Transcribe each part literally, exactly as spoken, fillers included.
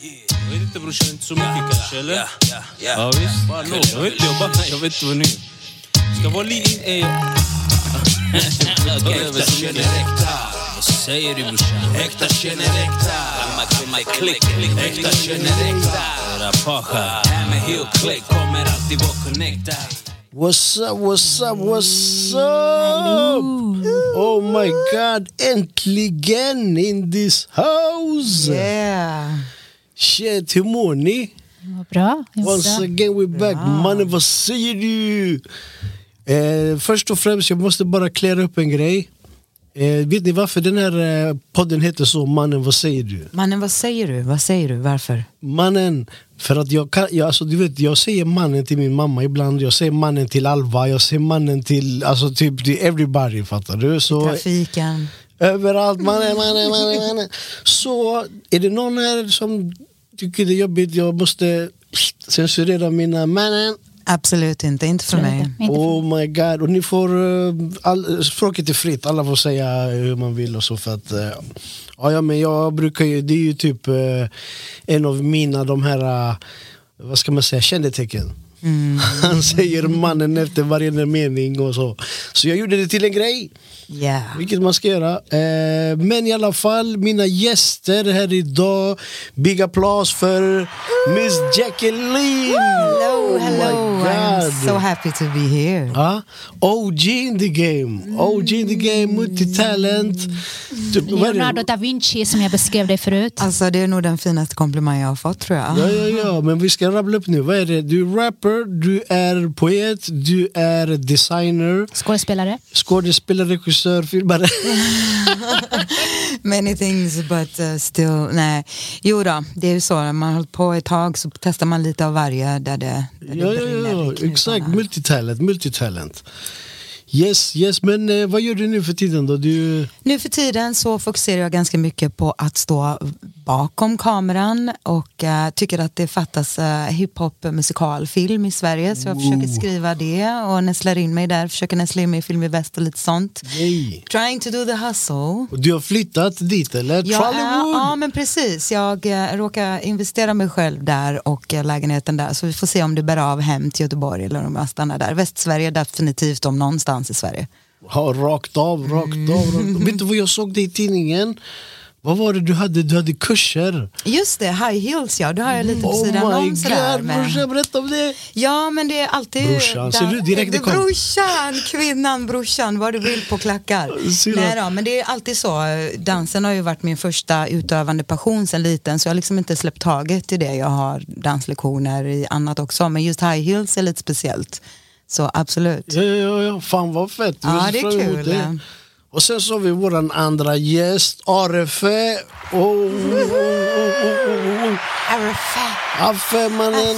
Jag vet inte brorsan, inte så mycket kanske, eller? Ja, ja, ja. Ja visst, bara nog. Jag vet inte, jag bara, jag vet inte vad nu. Ska vara lite... Eh, Äkta känner äkta. vad säger du brorsan? Äkta känner äkta. My click. Äkta känner äkta. Era pasha. Här med Hill Click kommer alltid vara connectad. What's up, what's up, what's up? Oh my god, äntligen in this house. Yeah. Shit, hur mår ni? Vad bra. Once again we're back. Mannen, vad säger du? Eh, först och främst, jag måste bara klära upp en grej. Eh, vet ni varför den här eh, podden heter så? Mannen, vad säger du? Mannen, vad säger du? Vad säger du? Varför? Mannen, för att jag kan, jag, alltså, du vet, jag säger mannen till min mamma ibland. Jag säger mannen till Alva. Jag säger mannen till, alltså typ till everybody, fattar du? Så, Trafiken. överallt, mannen, mannen, mannen, mannen. Så är det någon här som tycker det är jobbigt, jag måste censurera mina mannen. Absolut inte, inte för mig. Oh my god, och ni får uh, all, språket är fritt, alla får säga hur man vill och så, för att uh, ja, ja, men jag brukar ju, det är ju typ uh, en av mina de här uh, vad ska man säga, kännetecken. Mm. Han säger mannen efter varje mening och så. Så jag gjorde det till en grej. Yeah. Vilket man ska göra. eh, Men i alla fall, mina gäster här idag. Big applås för Miss Jacqueline. Hello, hello. Oh I'm so happy to be here. ah, O G in the game. O G in the game, multitalent. Leonardo da Vinci som jag beskrev dig förut. Alltså det är nog den finaste komplimang jag har fått, tror jag. Ja, ja, ja, men vi ska rabbla upp nu. Vad är det? Du är rapper, du är poet, du är designer, Skådespelare. skådespelare, regissör, filmare. Many things but uh, still, nej. Jo då, det är ju så. Man har hållit på ett tag så testar man lite av varje där det, där Ja, det ja, brinner ja, i knutarna. exakt. Multitalent, multitalent. Yes, yes, men eh, vad gör du nu för tiden då? Du... Nu för tiden så fokuserar jag ganska mycket på att stå bakom kameran och uh, tycker att det fattas uh, hiphop musikalfilm i Sverige, så jag försöker skriva det och nästlar in mig där, försöker nästla in mig i Film i Väst och lite sånt. Yay. Trying to do the hustle. Och du har flyttat dit, eller? Ja, Trollywood? ja, men precis. Jag uh, råkar investera mig själv där och uh, lägenheten där, så vi får se om det bär av hem till Göteborg eller om jag stannar där. Västsverige definitivt, om någonstans i Sverige. Ja, rakt av, rakt Mm. av, rakt av. Vet du vad jag såg dig i tidningen? Vad var det du hade? Du hade kurser. Just det, high heels, ja. Det har jag lite på Oh sidan my om sådär. god, Men... brorsan, berätta om det. Ja, men det är alltid... Brorsan, ser du direkt det det kom? Brorsan, kvinnan, brorsan, vad du vill på klackar. Syra. Nej då, men det är alltid så. Dansen har ju varit min första utövande passion sedan liten, så jag har liksom inte släppt taget i det. Jag har danslektioner i annat också, men just high heels är lite speciellt. Så absolut. Ja, ja, ja, fan vad fett. Vi Ja, ser det är fram emot kul. det. Och sen så har vi våran andra gäst, Arefe. Oh, oh, oh, oh, oh, oh. Affe, mannen.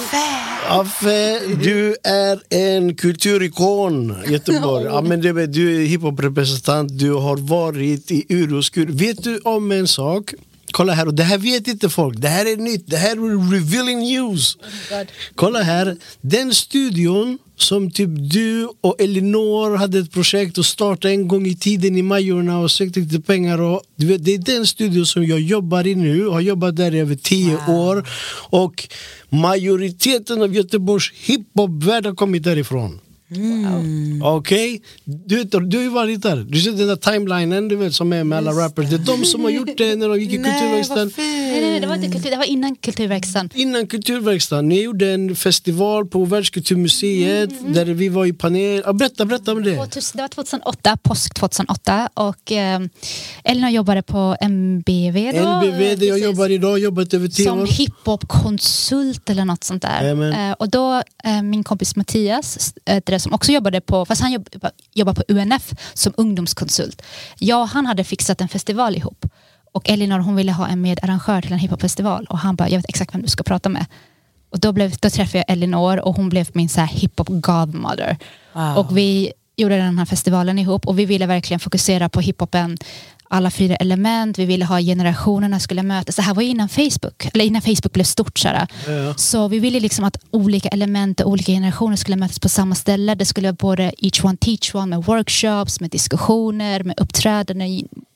Affe, du är en kulturikon i Göteborg. Ja, men det, du är hiphop-representant, du har varit i Uroskur. Vet du om en sak? Kolla här, och det här vet inte folk. Det här är nytt, det här är revealing news. Kolla här, den studion som typ du och Elinor hade ett projekt och startade en gång i tiden i Majorna och sökte lite pengar, och du vet, det är den studion som jag jobbar i nu, har jobbat där i över tio wow. år, och majoriteten av Göteborgs hiphop-värld har kommit därifrån. Mm. Okej, okay. du, du har ju varit där. Du ser den där timelinen, du vet, som är med alla rappers. Det är de som har gjort det när de gick i kulturverkstan. Nej, nej, det var inte kultur, det var innan kulturverkstan. Innan kulturverkstan. Ni gjorde en festival på Världskulturmuseet mm, mm. där vi var i panel. Ja, berätta, berätta om det. Det var tjugohundraåtta, påsk tjugohundraåtta, och eh, Elina jobbade på M B V då. M B V, där jag jobbar idag, jobbat över tio som år. hiphop-konsult eller något sånt där. Eh, och då, eh, min kompis Mattias, eh, som också jobbade på, fast han jobb, jobbar på U N F som ungdomskonsult. Ja, han hade fixat en festival ihop. Och Elinor, hon ville ha en medarrangör till en hiphop-festival. Och han bara, jag vet exakt vem du ska prata med. Och då, blev, då träffade jag Elinor och hon blev min så här hiphop godmother. Wow. Och vi gjorde den här festivalen ihop och vi ville verkligen fokusera på hiphopen, alla fyra element. Vi ville ha generationerna skulle mötas. Det här var innan Facebook, eller innan Facebook blev stort så här. Ja. Så vi ville liksom att olika element och olika generationer skulle mötas på samma ställe. Det skulle vara både each one teach one, med workshops, med diskussioner, med uppträdanden,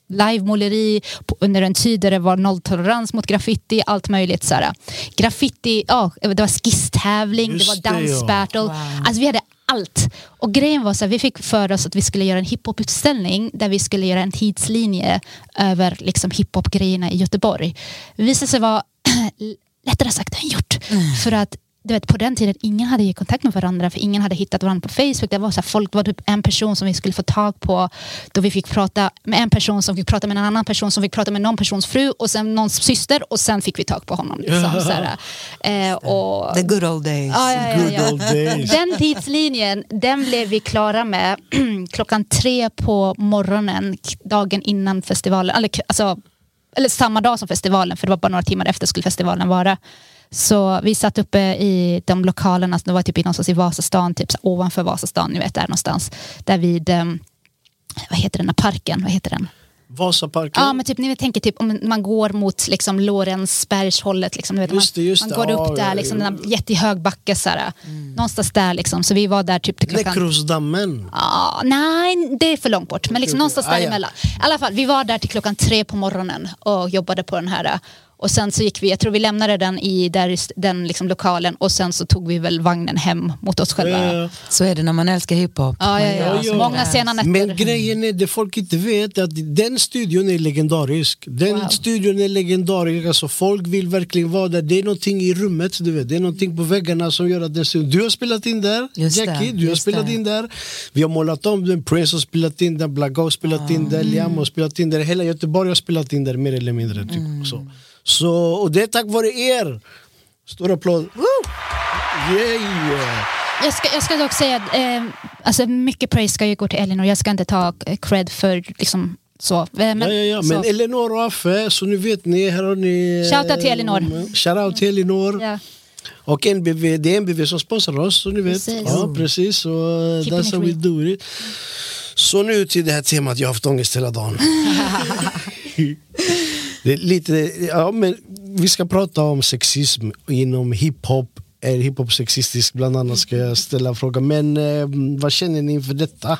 live-måleri under en tid där det var nolltolerans mot graffiti, allt möjligt så här. Graffiti, ja, det var skisstävling, det var dansbattle. Wow. Alltså vi hade allt. Och grejen var så här, vi fick för oss att vi skulle göra en hiphop-utställning där vi skulle göra en tidslinje över liksom hiphop-grejerna i Göteborg. Det visade sig vara lättare sagt än gjort. Mm. För att du vet, på den tiden ingen hade i kontakt med varandra, för ingen hade hittat varandra på Facebook. Det var så här, folk var typ en person som vi skulle få tag på, då vi fick prata med en person som fick prata med en annan person som fick prata med någon persons fru och sen någons syster och sen fick vi tag på honom liksom, så här. Eh, och, The good old days. Ja, ja, ja, ja. Good old days. Den tidslinjen, den blev vi klara med klockan tre på morgonen dagen innan festivalen, eller, alltså, eller samma dag som festivalen, för det var bara några timmar efter skulle festivalen vara. Så vi satt uppe i de lokalerna, det var typ i någonstans i Vasastan, typ så ovanför Vasastan, ni vet där någonstans. Där vid, um, vad heter den här parken, vad heter den? Vasaparken? Ja, men typ, ni tänker typ om man går mot liksom Lorensbergshållet, liksom, ni vet, just det, just man, man går upp ja, där, liksom, den här jättehög backe, såhär, mm. någonstans där liksom, så vi var där typ till klockan... Näckrosdammen? Ah, nej, det är för långt bort, men liksom okay, någonstans okay. däremellan. Ah, ja. I alla fall, vi var där till klockan tre på morgonen och jobbade på den här. Och sen så gick vi, jag tror vi lämnade den i där, den liksom lokalen och sen så tog vi väl vagnen hem mot oss själva. Ja. Så är det när man älskar hiphop. Ja, ja, ja. ja, ja. Många sena nätter. Men grejen är det folk inte vet att den studion är legendarisk. Den wow. studion är legendarisk. Alltså folk vill verkligen vara där. Det är någonting i rummet, du vet. Det är någonting på väggarna som gör att den studion... Du har spelat in där, just Jackie. Det, du har spelat det. in där. Vi har målat om den. Prince har spelat in där. Blackout har spelat mm. in där. Liam har spelat in där. Hela Göteborg har spelat in där mer eller mindre. Typ. Mm. Så. Så, och det är tack vare er. Stor applåd. Yeah. Jag ska, jag ska dock säga att eh, alltså mycket praise ska ju gå till Elinor. Jag ska inte ta cred för liksom så. Men, ja, ja, ja. men så. Elinor och Affe, så nu vet ni, här har ni... Shoutout till Elinor. Shoutout till Elinor. Ja. Och N B V, det är N B V som sponsrar oss, så ni vet. Precis. Ja, precis. Så that's how we do it. Så nu till det här temat, jag har haft ångest hela dagen. Det är lite, ja, men vi ska prata om sexism inom hiphop. Är hiphop sexistisk? Bland annat ska jag ställa frågan. Men eh, vad känner ni inför detta?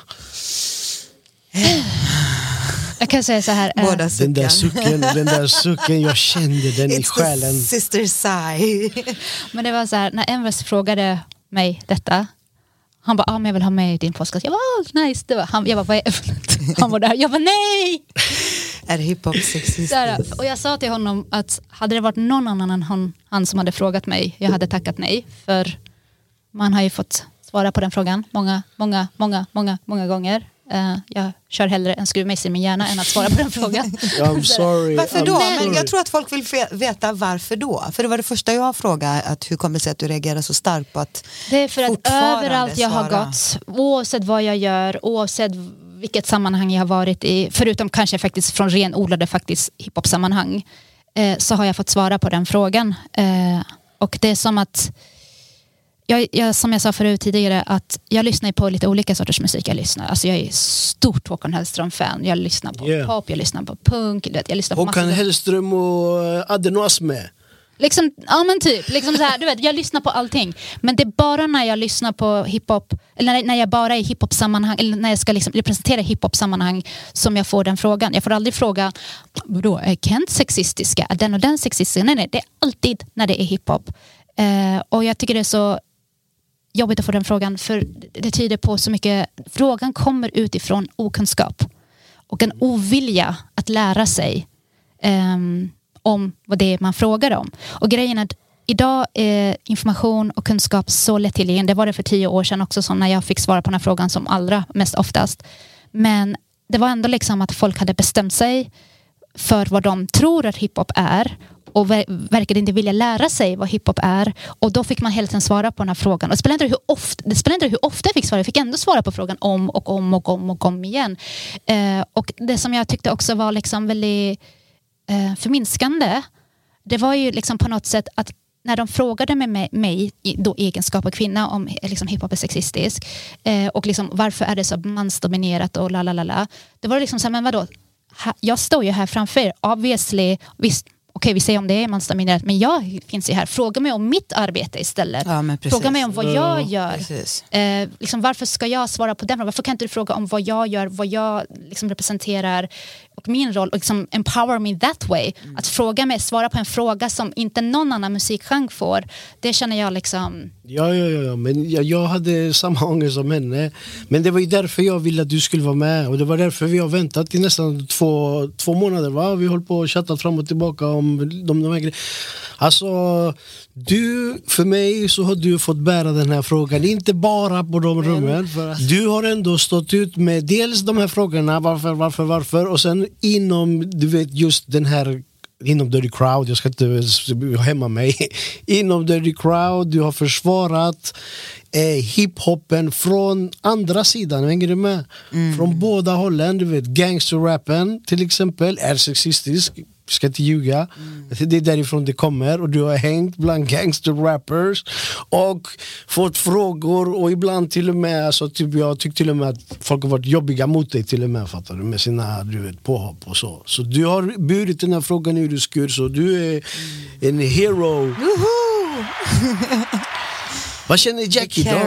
Jag kan säga så här. Båda den där sucken, den där sucken, jag kände den i själen. It's the sister sigh. Men det var så här, när Envers frågade mig detta. Han bara, ah, men jag vill ha med i din podcast. Jag var nice. Det var, han, jag bara, vad är han var där. Jag bara, nej! Är hiphop sexistisk? Och jag sa till honom att hade det varit någon annan än han, han som hade frågat mig, jag hade tackat nej. För man har ju fått svara på den frågan många, många, många, många, många gånger. Uh, jag kör hellre en skruvmejsel i min hjärna än att svara på den frågan. I'm sorry. Varför då? I'm Men sorry. jag tror att folk vill veta varför då. För det var det första jag frågade, att hur kommer det sig att du reagerar så starkt på att det är för att överallt jag har svara. gått, oavsett vad jag gör, oavsett vilket sammanhang jag har varit i, förutom kanske faktiskt från renodlade faktiskt hiphop-sammanhang, eh, så har jag fått svara på den frågan. Eh, och det är som att Jag, jag, som jag sa förut tidigare, att jag lyssnar på lite olika sorters musik. Jag lyssnar, alltså jag är stort Håkan Hellström-fan. Jag lyssnar på yeah. pop, jag lyssnar på punk. Jag lyssnar på Håkan Hellström och Adde Noasme. Liksom, ja men typ, liksom så här, du vet, jag lyssnar på allting. Men det är bara när jag lyssnar på hiphop, eller när, när jag bara är i hiphop-sammanhang, eller när jag ska liksom representera hiphop-sammanhang, som jag får den frågan. Jag får aldrig fråga, vadå, är Kent sexistiska? Är den och den sexistiska? Nej, nej, det är alltid när det är hiphop. Eh, och jag tycker det är så jobbigt att få den frågan, för det tyder på så mycket. Frågan kommer utifrån okunskap och en ovilja att lära sig um, om vad det är man frågar om. Och grejen är att idag är information och kunskap så lättillgänglig. Det var det för tio år sedan också, som när jag fick svara på den här frågan som allra mest oftast. Men det var ändå liksom att folk hade bestämt sig för vad de tror att hiphop är och ver- verkade inte vilja lära sig vad hiphop är, och då fick man hela tiden svara på den här frågan. Och det spelar inte hur ofta, det spelar inte hur ofta jag fick svara, jag fick ändå svara på frågan om och om och om och om igen. Eh, och det som jag tyckte också var liksom väldigt eh, förminskande, det var ju liksom på något sätt att när de frågade med mig, mig då egenskap av kvinna, om liksom hiphop är sexistisk eh, och liksom varför är det så mansdominerat och la la la la, det var liksom så här, men vadå, jag står ju här framför er, obviously, visst, okej, vi säger om det är mansdominerat, men jag finns ju här. Fråga mig om mitt arbete istället. Ja, fråga mig om vad jag gör. Eh, liksom, varför ska jag svara på den? Varför kan inte du fråga om vad jag gör, vad jag liksom representerar och min roll, och liksom empower me that way. Mm. Att fråga mig, svara på en fråga som inte någon annan musikgenre får. Det känner jag liksom... Ja, ja, ja, men jag, jag hade samma ångest som henne. Men det var ju därför jag ville att du skulle vara med. Och det var därför vi har väntat i nästan två, två månader, va? Vi håller på och chattat fram och tillbaka om de, de här grejerna. Alltså, du, för mig så har du fått bära den här frågan. Inte bara på de rummen. Du har ändå stått ut med dels de här frågorna, varför, varför, varför. Och sen inom, du vet, just den här, inom Dirty Crowd, jag ska inte hämma mig. Inom Dirty Crowd, du har försvarat eh, hiphopen från andra sidan, hänger du med? Mm. Från båda hållen, du vet, gangsterrappen till exempel är sexistisk. Ska inte ljuga. Mm. Det är därifrån det kommer. Och du har hängt bland gangster-rappers och fått frågor och ibland till och med, alltså, typ, jag tycker till och med att folk har varit jobbiga mot dig till och med, fattar du, med sina, du vet, påhopp och så. Så du har burit den här frågan ur skur, så du är en hero. Vad känner Jackie då?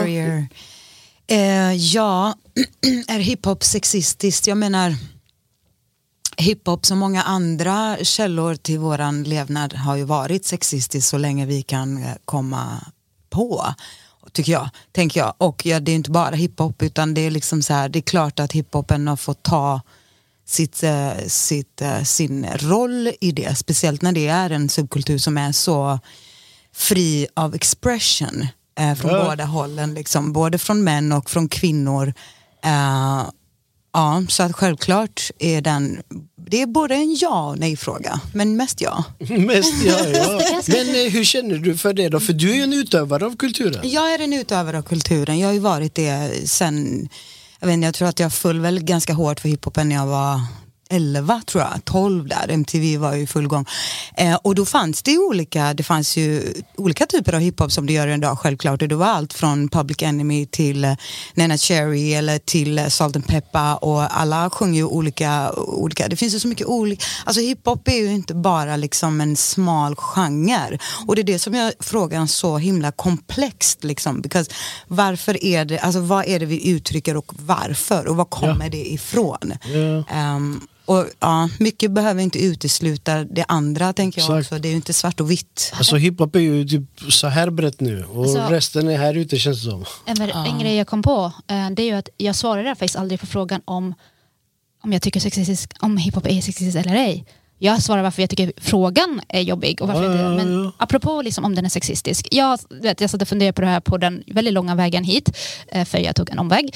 Eh, ja, är hiphop sexistiskt? Jag menar, hiphop som många andra källor till våran levnad har ju varit sexistiskt så länge vi kan komma på, tycker jag, tänker jag. Och ja, det är inte bara hiphop, utan det är liksom så här, det är klart att hiphopen har fått ta sitt, sitt, sin roll i det, speciellt när det är en subkultur som är så fri av expression eh, från ja. båda hållen, liksom, både från män och från kvinnor. Eh, Ja, så att självklart är den, det är både en ja och nej-fråga, men mest ja. Mest ja, ja. Men eh, hur känner du för det då? För du är ju en utövare av kulturen. Jag är en utövare av kulturen, jag har ju varit det sen, jag vet inte, jag tror att jag föll väl ganska hårt för hiphopen när jag var elva, tror jag, tolv där, M T V var ju i full gång. Eh, och då fanns det ju olika, det fanns ju olika typer av hiphop som det gör idag, självklart. Och det var allt från Public Enemy till uh, Nena Cherry eller till uh, Salt and Pepper, och alla sjunger ju olika, olika, det finns ju så mycket olika, alltså hiphop är ju inte bara liksom en smal genre. Och det är det som gör frågan så himla komplext, liksom, because varför är det, alltså vad är det vi uttrycker och varför, och var kommer ja. det ifrån? Ja. Um, Och ja, mycket behöver inte utesluta det andra, tänker jag också. Det är ju inte svart och vitt. Alltså hiphop är ju typ så här brett nu, och alltså, resten är här ute, känns det som. En, ah. en grej jag kom på, det är ju att jag svarade faktiskt aldrig på frågan om om jag tycker sexistisk, om hiphop är sexistisk eller ej. Jag svarar varför jag tycker frågan är jobbig och varför ah, inte. Men ja, ja. apropå liksom om den är sexistisk. Jag, vet, jag satt och funderade på det här på den väldigt långa vägen hit, för jag tog en omväg.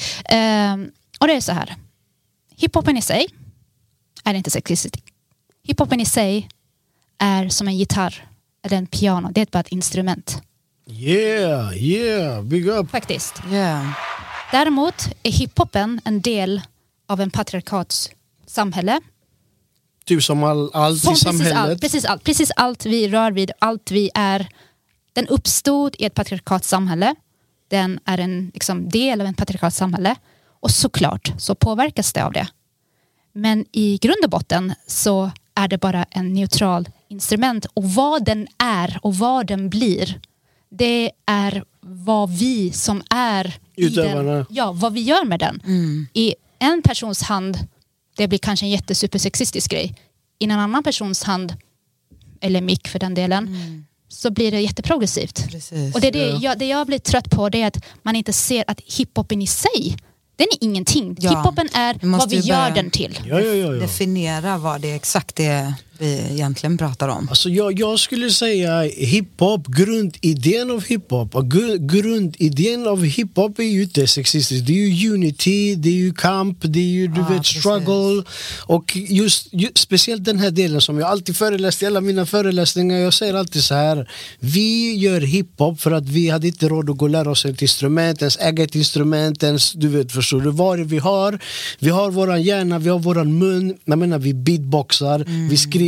Och det är så här. Hiphopen i sig är inte sexistisk. Hiphopen i sig är som en gitarr eller en piano. Det är bara ett instrument. Yeah, yeah, big up. Faktiskt. Yeah. Däremot är hiphopen en del av en patriarkats samhälle. Typ som all, allt som i samhället. Allt, precis, allt, precis allt vi rör vid, allt vi är. Den uppstod i ett patriarkats samhälle. Den är en liksom, del av en patriarkats samhälle. Och såklart så påverkas det av det. Men i grund och botten så är det bara en neutral instrument. Och vad den är och vad den blir, det är vad vi som är i den, ja, vad vi gör med den. Mm. I en persons hand, det blir kanske en jättesupersexistisk grej. I en annan persons hand, eller mick för den delen, mm. så blir det jätteprogressivt. Precis, och det, det, jag, det jag blir trött på, det är att man inte ser att hiphopen i sig, den är ingenting. Ja. Hiphopen är vad vi gör den till. Ja, ja, ja, ja. Definiera vad det är exakt det vi egentligen pratar om. Alltså jag, jag skulle säga hiphop, grundidén av hiphop och grundidén av hiphop är ju inte sexistisk. Det är ju unity, det är ju kamp, det är ju du ah, vet struggle. Och just, just speciellt den här delen som jag alltid föreläst i alla mina föreläsningar, jag säger alltid så här: vi gör hiphop för att vi hade inte råd att gå och lära oss ett instrument, ens äga ett instrument, ens, du vet, förstår du vad det vi har? Vi har våran hjärna, vi har våran mun, jag menar vi beatboxar, mm. vi skriver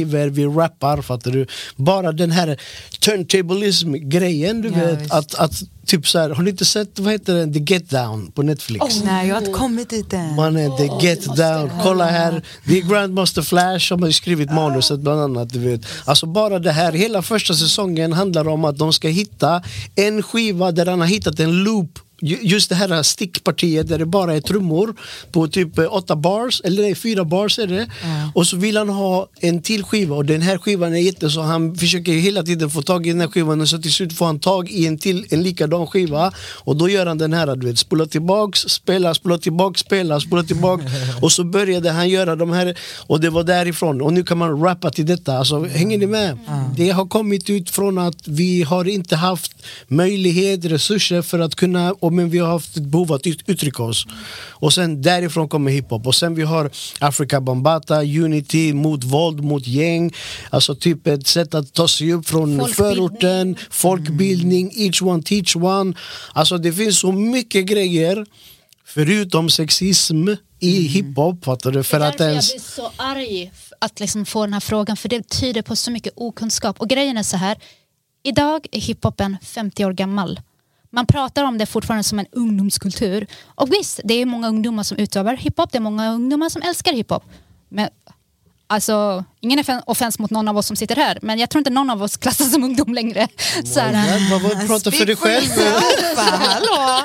skriver, vi rappar, fattar du? Bara den här turntablism-grejen, du Ja, vet, visst. att, att typ så här, har ni inte sett, vad heter den, The Get Down på Netflix? Oh, nej, jag har inte kommit dit än. Man är The Get Down, kolla här, det är Grandmaster Flash som har skrivit manuset bland annat, du vet. Alltså bara det här, hela första säsongen handlar om att de ska hitta en skiva där han har hittat en loop. Just det här stickpartiet där det bara är trummor på typ åtta bars, eller nej, fyra bars är det. Mm. Och så vill han ha en till skiva, och den här skivan är jätte, så han försöker hela tiden få tag i den här skivan, och så till slut får han tag i en till, en likadan skiva, och då gör han den här, du vet, spola tillbaks, spela, spola tillbaks, spela, spola tillbaks och så började han göra de här, och det var därifrån, och nu kan man rappa till detta, alltså hänger ni med? Mm. Det har kommit ut från att vi har inte haft möjlighet, resurser för att kunna, och men vi har haft ett behov att ut- uttrycka oss. Och sen därifrån kommer hiphop. Och sen vi har Afrika Bambata, Unity, mot våld, mot gäng. Alltså typ ett sätt att ta sig upp från Folkbildning. förorten, folkbildning, each one teach one. Alltså det finns så mycket grejer förutom sexism i hiphop, fattar du? För Det är att därför ens... jag blir så arg att liksom få den här frågan, för det tyder på så mycket okunskap. Och grejen är så här, idag är hiphopen femtio år gammal. Man pratar om det fortfarande som en ungdomskultur. Och visst, det är många ungdomar som utövar hiphop, det är många ungdomar som älskar hiphop. Men alltså, ingen offens mot någon av oss som sitter här, men jag tror inte någon av oss klassas som ungdom längre. Så här, Vad var prata för dig själv? Hallå!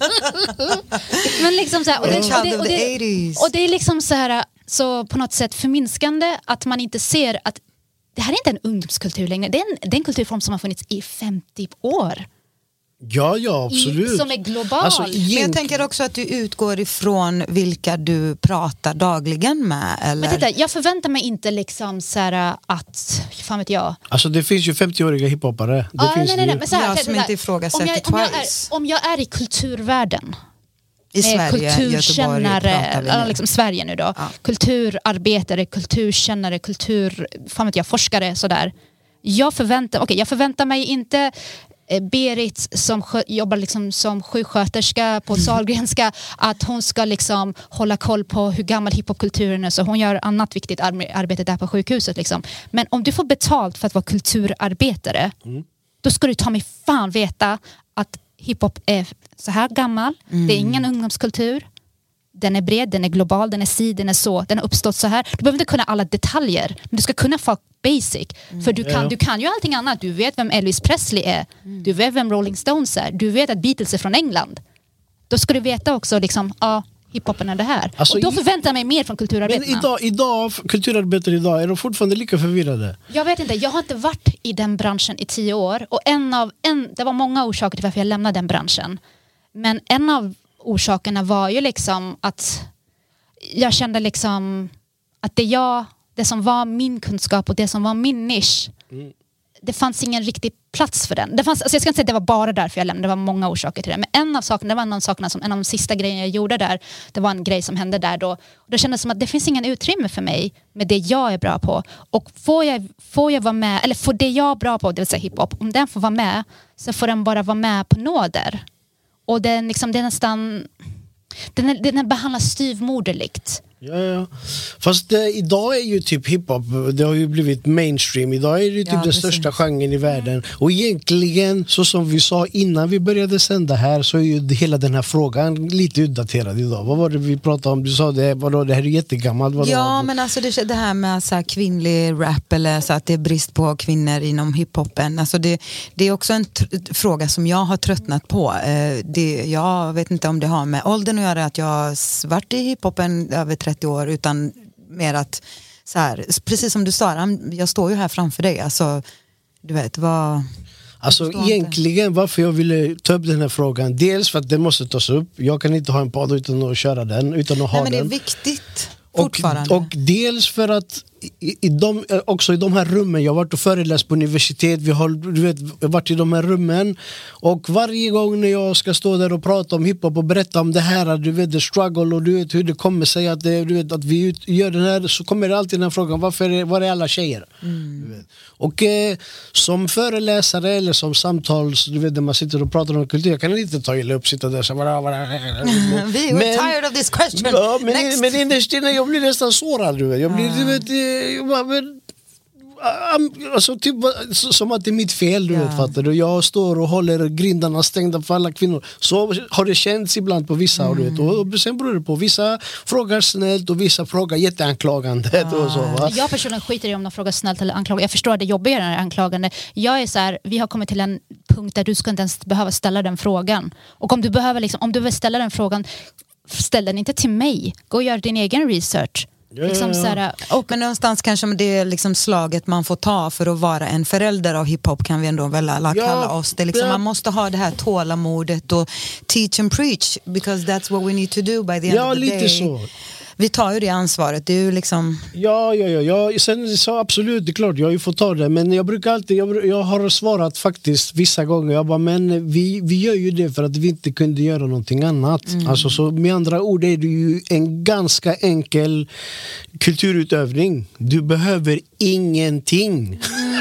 men liksom så här, och, det, och, det, och, det, eighties. och det är liksom så här, så på något sätt förminskande att man inte ser att det här är inte en ungdomskultur längre. Det är en, det är en kulturform som har funnits i femtio år. Ja, ja, absolut. I, som är global. Alltså, Men jag tänker också att du utgår ifrån vilka du pratar dagligen med. Eller? Men titta, jag förväntar mig inte liksom så här att, fan vet jag. Alltså det finns ju femtio-åriga hiphopare. Det Ah, finns nej, nej, nej, ju. men så här, Jag så som här, inte ifrågasätter om jag, om, jag Twice. är, om jag är i kulturvärlden, I eh, Sverige, Göteborg kulturkännare, pratar vi eller nu. liksom Sverige nu då, Ja. kulturarbetare, kulturkännare, kultur, fan vet jag, forskare, sådär. Jag förväntar, okay, jag förväntar mig inte Berit som skö- jobbar liksom som sjuksköterska på Sahlgrenska, att hon ska liksom hålla koll på hur gammal hiphopkulturen är, så hon gör annat viktigt ar- arbete där på sjukhuset liksom. Men om du får betalt för att vara kulturarbetare, mm. då ska du ta mig fan veta att hiphop är så här gammal, mm. det är ingen ungdomskultur, den är bred, den är global, den är si, den är så, den har uppstått så här. Du behöver inte kunna alla detaljer, men du ska kunna få basic. Mm. För du kan, Ja. du kan ju allting annat. Du vet vem Elvis Presley är. Mm. Du vet vem Rolling Stones är. Du vet att Beatles är från England. Då ska du veta också liksom, ja, hiphopen är det här. Alltså, och då i- förväntar jag mig mer från Men kulturarbetarna. idag, idag, kulturarbetare idag, är de fortfarande lika förvirrade? Jag vet inte, jag har inte varit i den branschen i tio år. Och en av, en, det var många orsaker till varför jag lämnade den branschen. Men en av orsakerna var ju liksom att jag kände liksom att det jag, det som var min kunskap och det som var min nisch, mm. det fanns ingen riktig plats för den. Det fanns, alltså jag ska inte säga att det var bara därför jag lämnade, det var många orsaker till det. Men en av sakerna, det var en av sakerna som, en av de sista grejerna jag gjorde där, det var en grej som hände där då. Och det kändes som att det finns ingen utrymme för mig med det jag är bra på. Och får jag, får jag vara med, eller får det jag är bra på, det vill säga hiphop, om den får vara med, så får den bara vara med på nåder. Och den, liksom, det är nästan, den, är, den är behandlas styvmoderligt. Ja, ja. Fast eh, idag är ju typ hiphop, det har ju blivit mainstream. Idag är det ju typ Ja, den precis. största genren i världen. Och egentligen, så som vi sa innan vi började sända här, så är ju hela den här frågan lite utdaterad idag. Vad var det vi pratade om? Du sa det, vadå, det här är jättegammalt. Vadå? Ja, men alltså det, det här med så här kvinnlig rap eller så att det är brist på kvinnor inom hiphopen. Alltså det, det är också en tr- fråga som jag har tröttnat på. Eh, det, jag vet inte om det har med åldern att göra, att jag har varit i hiphopen över trettio år, utan mer att så här, precis som du sa, jag står ju här framför dig. Alltså, du vet, vad... Alltså förstår inte. egentligen varför jag ville ta upp den här frågan, dels för att den måste tas upp. Jag kan inte ha en podd utan att köra den, utan att ha Nej, men det är den. viktigt Och, fortfarande. och dels för att i, i de, också i de här rummen, jag har varit och föreläst på universitet, vi har du vet, varit i de här rummen, och varje gång när jag ska stå där och prata om hiphop och berätta om det här, du vet, the struggle, och du vet hur det kommer sig att, det, du vet, att vi ut, gör den här, så kommer det alltid den här frågan, varför är, var är alla tjejer? Mm. Du vet. Och eh, som föreläsare eller som samtals, du vet, när man sitter och pratar om kultur, jag kan inte ta illa upp, sitta där så bara, bara, Vi are tired of this question. Ja, men, Next. men innerst inne jag blir nästan sårad, du vet. Jag blir, du vet, jag bara, men alltså, typ, som att det är mitt fel, du ja. vet, fattar du? Jag står och håller grindarna stängda för alla kvinnor. Så har det känts ibland på vissa, mm. du vet. Och sen beror det på. Vissa frågar snällt och vissa frågar jätteanklagande. Ja. Och så, va? Jag personligen skiter i om de frågar snällt eller anklagande. Jag förstår att det jobbiga när det är anklagande. Jag är så här, vi har kommit till en punkt där du ska inte ens behöva ställa den frågan. Och om du behöver liksom, om du vill ställa den frågan, ställ den inte till mig. Gå och gör din egen research. Ja, liksom ja, ja. Såhär, och men någonstans kanske det är liksom slaget man får ta för att vara en förälder av hiphop, kan vi ändå väl alla ja, kalla oss. Det är liksom, ja. Man måste ha det här tålamodet och teach and preach, because that's what we need to do by the end ja, of the lite day. Så. Vi tar ju det ansvaret, det är ju liksom... Ja, ja, ja, ja. Sen så absolut, det är klart, jag har ju fått ta det. Men jag brukar alltid, jag, jag har svarat faktiskt vissa gånger. Jag bara, men vi, vi gör ju det för att vi inte kunde göra någonting annat. Mm. Alltså, så med andra ord är det ju en ganska enkel kulturutövning. Du behöver ingenting.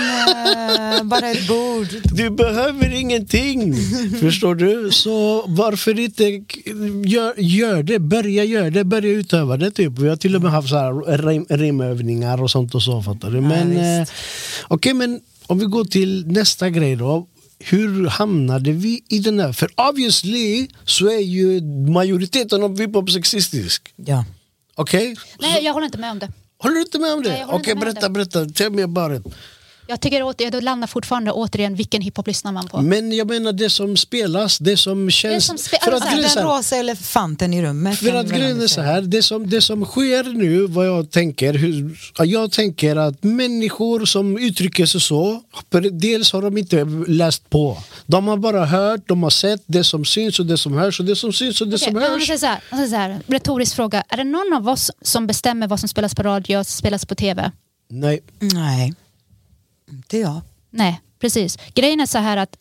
Mm, bara ett bord. Du behöver ingenting. Förstår du? Så varför inte gör, gör det, börja göra det, börja utöva det typ. Vi har till och med haft så här rim, rimövningar och sånt och så, fattar du. Men ja, eh, okej, okay, men om vi går till nästa grej då. Hur hamnade vi i den här? För obviously så är ju majoriteten av hiphop sexistisk. Ja. Okej? Okay? Nej, jag håller inte med om det. Håller du inte med om det? Nej, okej, okay, berätta, berätta. Tell me about it. Jag tycker att det landar fortfarande återigen vilken hiphop lyssnar man på. Men jag menar det som spelas, det som känns... Det som spe- för alltså, att Den grisa, rosa elefanten i rummet. för att grejen är så här, det som, det som sker nu, vad jag tänker, hur, jag tänker att människor som uttrycker sig så, dels har de inte läst på. De har bara hört, de har sett det som syns och det som hörs och det som syns och det okay, som hörs. Så här, så här, retorisk fråga. Är det någon av oss som bestämmer vad som spelas på radio och spelas på tv? Nej. Nej, det är jag. Nej, precis. Grejen är så här att...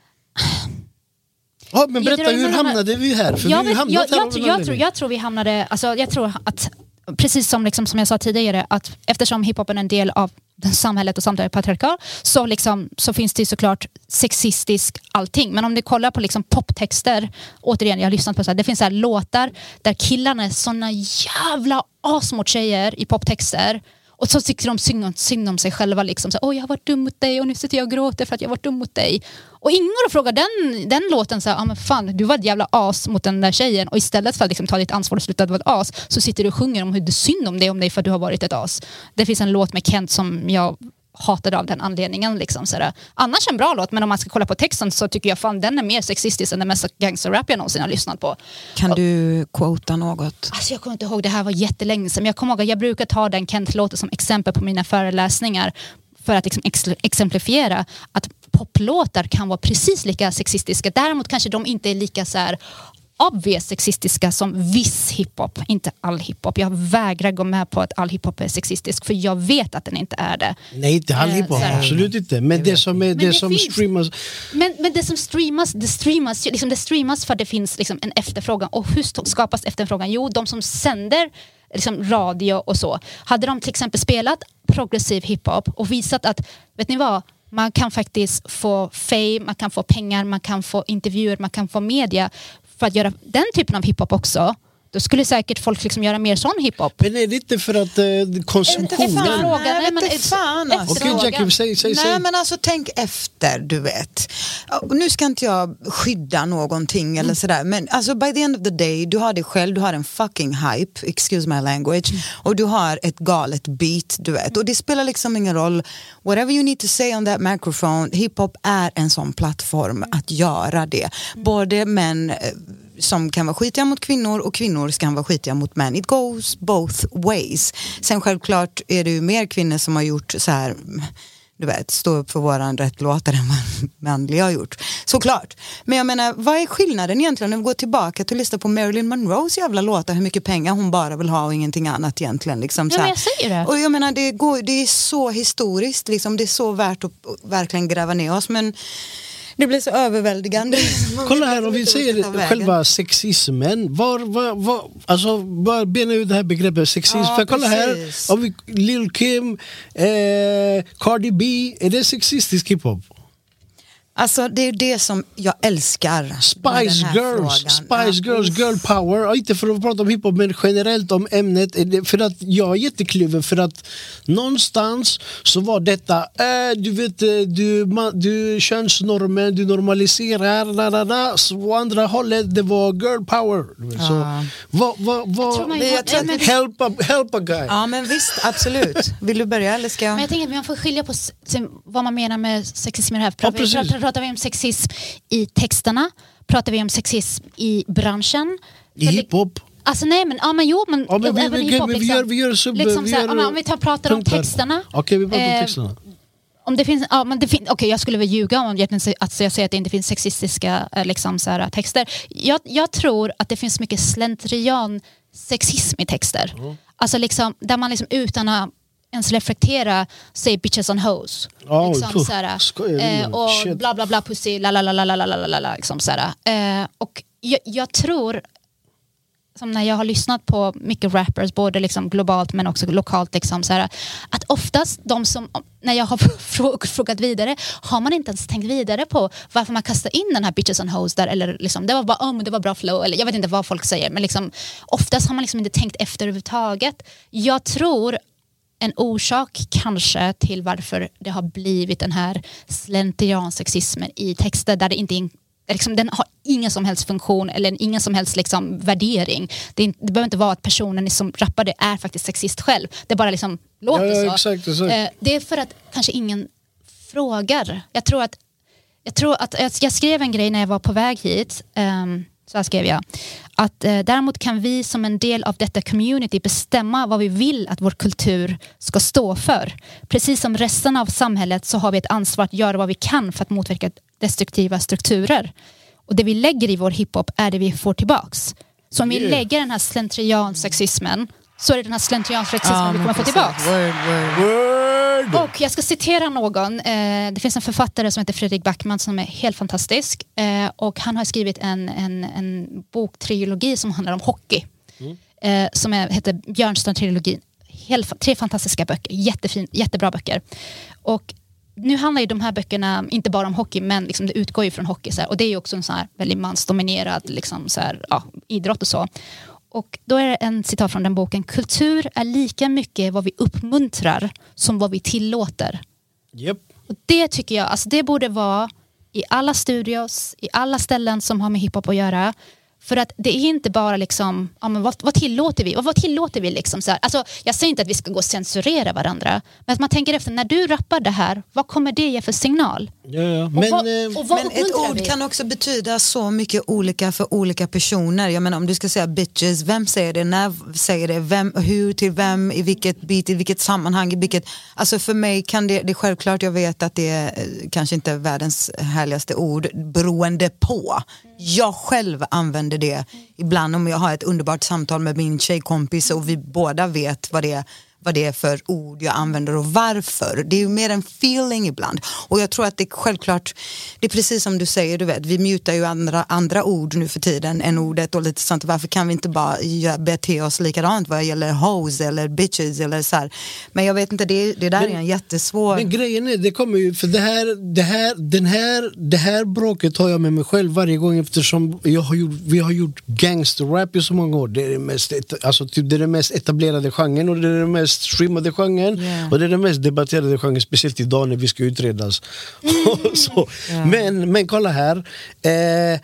Ja, men berätta, hur hamnade vi här? För jag, vi vet, hamnat jag, här jag, jag, jag, tror, jag tror vi hamnade... Alltså, jag tror att, precis som, liksom, som jag sa tidigare, att eftersom hiphopen är en del av samhället och samtidigt patriarkal, så, liksom, så finns det såklart sexistisk allting. Men om du kollar på liksom poptexter, återigen, jag har lyssnat på så här, det finns så här låtar där killarna är såna jävla as mot tjejer i poptexter. Och så tycker de synd om, synd om sig själva. Liksom. Så, åh, jag har varit dum mot dig och nu sitter jag och gråter för att jag har varit dum mot dig. Och ingen går och frågar den, den låten så här, ah, men fan, du var ett jävla as mot den där tjejen. Och istället för att liksom, ta ditt ansvar och sluta vara ett as, så sitter du och sjunger om hur det är synd om dig, om dig för att du har varit ett as. Det finns en låt med Kent som jag hatade av den anledningen. Liksom, så där. Annars en bra låt, men om man ska kolla på texten så tycker jag fan den är mer sexistisk än den mesta gangsterrap jag någonsin har lyssnat på. Kan och, du quota något? Alltså jag kommer inte ihåg, det här var jättelänge sedan. Men jag kommer ihåg att jag brukar ta den Kent-låten som exempel på mina föreläsningar för att liksom ex- exemplifiera att poplåtar kan vara precis lika sexistiska. Däremot kanske de inte är lika så här obvious sexistiska som viss hiphop, inte all hiphop. Jag vägrar gå med på att all hiphop är sexistisk, för jag vet att den inte är det. Nej, inte all hiphop, äh, absolut inte. Men det som, är, men det det som finns, streamas... Men, men det som streamas, det streamas, liksom det streamas för att det finns liksom en efterfrågan. Och hur skapas efterfrågan? Jo, de som sänder liksom radio och så, hade de till exempel spelat progressiv hiphop och visat att, vet ni vad, man kan faktiskt få fame, man kan få pengar, man kan få intervjuer, man kan få media för att göra den typen av hiphop också. Då skulle säkert folk liksom göra mer sån hiphop. Men är det inte för att eh, konsumtionen... Fan, fråga. nej, Nej, men inte fan alltså. Okej, okay, Jackie, säg, säg, säg. Nej, men alltså tänk efter, du vet. Och nu ska inte jag skydda någonting eller mm. sådär, men alltså by the end of the day, du har dig själv, du har en fucking hype, excuse my language, mm. och du har ett galet beat, du vet. Och det spelar liksom ingen roll, whatever you need to say on that microphone, hiphop är en sån plattform att göra det. Både män som kan vara skitiga mot kvinnor och kvinnor kan vara skitiga mot män. It goes both ways. Sen självklart är det ju mer kvinnor som har gjort så här, du vet, stå upp för våran rätt låtar än vad manliga har gjort. Såklart. Men jag menar, vad är skillnaden egentligen om vi går tillbaka till att lyssna på Marilyn Monroes jävla låtar, hur mycket pengar hon bara vill ha och ingenting annat egentligen. Liksom, ja, så här. men jag säger det. Och jag menar, det, går, det är så historiskt, liksom, det är så värt att verkligen gräva ner oss, men det blir så överväldigande. Kolla här, om vi säger själva sexismen. Var, var, var, alltså, var benar ut det här begreppet sexism? Ja, för kolla precis. här, om vi, Lil Kim, eh, Cardi B, är det sexistisk hiphop? Alltså det är det som jag älskar. Spice Girls, Spice ja. Girls, girl power. Ja, inte för att prata om hiphop men generellt om ämnet. För att jag är jättekluven för att någonstans så var detta äh, du vet, du, du könsnormen, du normaliserar la, la, la. Så å andra hållet det var girl power. Så ja. vad, vad, vad help, a, help a guy. Ja men visst, absolut. Vill du börja eller ska jag? Men jag tänker att man får skilja på vad man menar med sexism i det här. Pratar, ja, vi, pratar, pratar vi om sexism i texterna? Pratar vi om sexism i branschen? I hiphop? Alltså nej men, ja men jo men, ja, men jo, vi, även vi, hiphop vi, liksom. Vi gör, vi gör sub, liksom vi så här, gör om vi tar, pratar punkter. om texterna. Okej, okay, vi pratar eh, om texterna. Om det finns, ja, men det fin- okay, jag skulle väl ljuga om jag, att jag säger att det inte finns sexistiska liksom, så här, texter. Jag, jag tror att det finns mycket slentrian sexism i texter. Mm. Alltså liksom, där man liksom utan att ens reflektera säger bitches on hoes. Oh, liksom, så här, eh, och shit. bla bla bla pussy, la la la la la la la la la liksom, så här. Eh, och jag, jag tror som när jag har lyssnat på mycket rappers både liksom globalt men också lokalt liksom, så här, att oftast de som när jag har frågat vidare har man inte ens tänkt vidare på varför man kastar in den här bitches on hoes där eller liksom, det var bara oh, men det var bra flow eller jag vet inte vad folk säger men liksom, oftast har man liksom inte tänkt efter överhuvudtaget. Jag tror en orsak kanske till varför det har blivit den här slentriansexismen i texter där det inte är liksom, den har ingen som helst funktion eller ingen som helst liksom, värdering. Det, är, det behöver inte vara att personen som rappar det är faktiskt sexist själv. Det bara liksom låter ja, ja, så. Exakt, exakt. Eh, det är för att kanske ingen frågar. Jag tror att jag, tror att, jag, jag skrev en grej när jag var på väg hit. Um, så här skrev jag. Att eh, däremot kan vi som en del av detta community bestämma vad vi vill att vår kultur ska stå för. Precis som resten av samhället så har vi ett ansvar att göra vad vi kan för att motverka destruktiva strukturer. Och det vi lägger i vår hiphop är det vi får tillbaks. Så om vi yeah. lägger den här slentrian-sexismen så är det den här slentrian-sexismen ja, vi kommer få tillbaks. Word, word. Word. Och jag ska citera någon. Eh, det finns en författare som heter Fredrik Backman som är helt fantastisk. Eh, och han har skrivit en, en, en boktrilogi som handlar om hockey. Mm. Eh, som är, heter Björnstad-trilogin. Helt, tre fantastiska böcker. Jättefin, jättebra böcker. Och nu handlar ju de här böckerna inte bara om hockey men liksom det utgår ju från hockey. Så här, och det är ju också en sån här väldigt mansdominerad liksom, så här, ja, idrott och så. Och då är det en citat från den boken. Kultur är lika mycket vad vi uppmuntrar som vad vi tillåter. Yep. Och det tycker jag, alltså det borde vara i alla studios, i alla ställen som har med hiphop att göra. För att det är inte bara liksom, ja, men vad, vad tillåter vi? Vad, vad tillåter vi liksom så här? Alltså, jag säger inte att vi ska gå och censurera varandra. Men att man tänker efter, när du rappar det här, vad kommer det ge för signal? Ja, ja. Och Men, vad, eh, och vad men ett ord vi? kan också betyda så mycket olika för olika personer. Jag menar om du ska säga bitches, vem säger det, när säger det, vem, hur, till vem, i vilket bit, i vilket sammanhang, i vilket, alltså för mig kan det, det är självklart, jag vet att det är kanske inte är världens härligaste ord beroende på. Jag själv använder det ibland om jag har ett underbart samtal med min tjejkompis och vi båda vet vad det är, vad det är för ord jag använder och varför. Det är ju mer en feeling ibland. Och jag tror att det är självklart, det är precis som du säger, du vet, vi mutar ju andra, andra ord nu för tiden än ordet och lite sånt. Varför kan vi inte bara bete oss likadant vad gäller hoes eller bitches eller så här. Men jag vet inte, det, det där men, är en jättesvår... Men grejen är, det kommer ju, för det här, det här, den här, det här bråket har jag med mig själv varje gång eftersom jag har gjort, vi har gjort gangsterrap i så många år. Det är det mest, alltså, typ, det är den mest etablerade genren och det är det mest streamade genren yeah. och det är den mest debatterade genren, speciellt idag när vi ska utredas. Mm. så. Yeah. Men, men kolla här eh,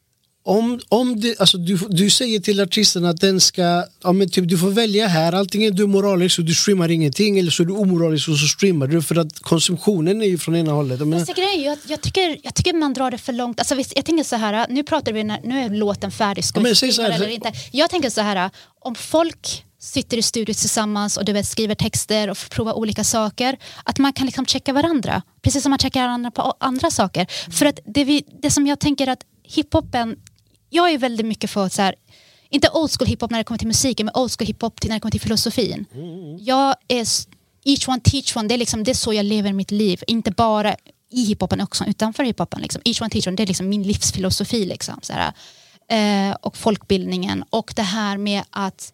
om, om det, alltså, du, du säger till artisten att den ska ja, men typ, du får välja här, antingen du är moralisk och du streamar ingenting eller så är du omoralisk och så streamar du för att konsumtionen är ju från ena hållet. Jag, menar... jag, jag, tycker, jag tycker man drar det för långt. Alltså, visst, jag tänker så här, nu pratar vi, när, nu är låten färdig, ska ja, vi streama eller inte. Jag tänker så här, om folk sitter i studion tillsammans och du vet, skriver texter och provar olika saker, att man kan liksom checka varandra, precis som man checkar varandra på andra saker. Mm. För att det, vi, det som jag tänker att hiphopen, jag är väldigt mycket för så här, inte old school hiphop när det kommer till musiken, men old school hiphop när det kommer till filosofin. Mm. Jag är each one teach one, det är, liksom, det är så jag lever mitt liv, inte bara i hiphopen också, utanför hiphopen. Liksom. Each one teach one, det är liksom min livsfilosofi. Liksom, så här. Eh, och folkbildningen och det här med att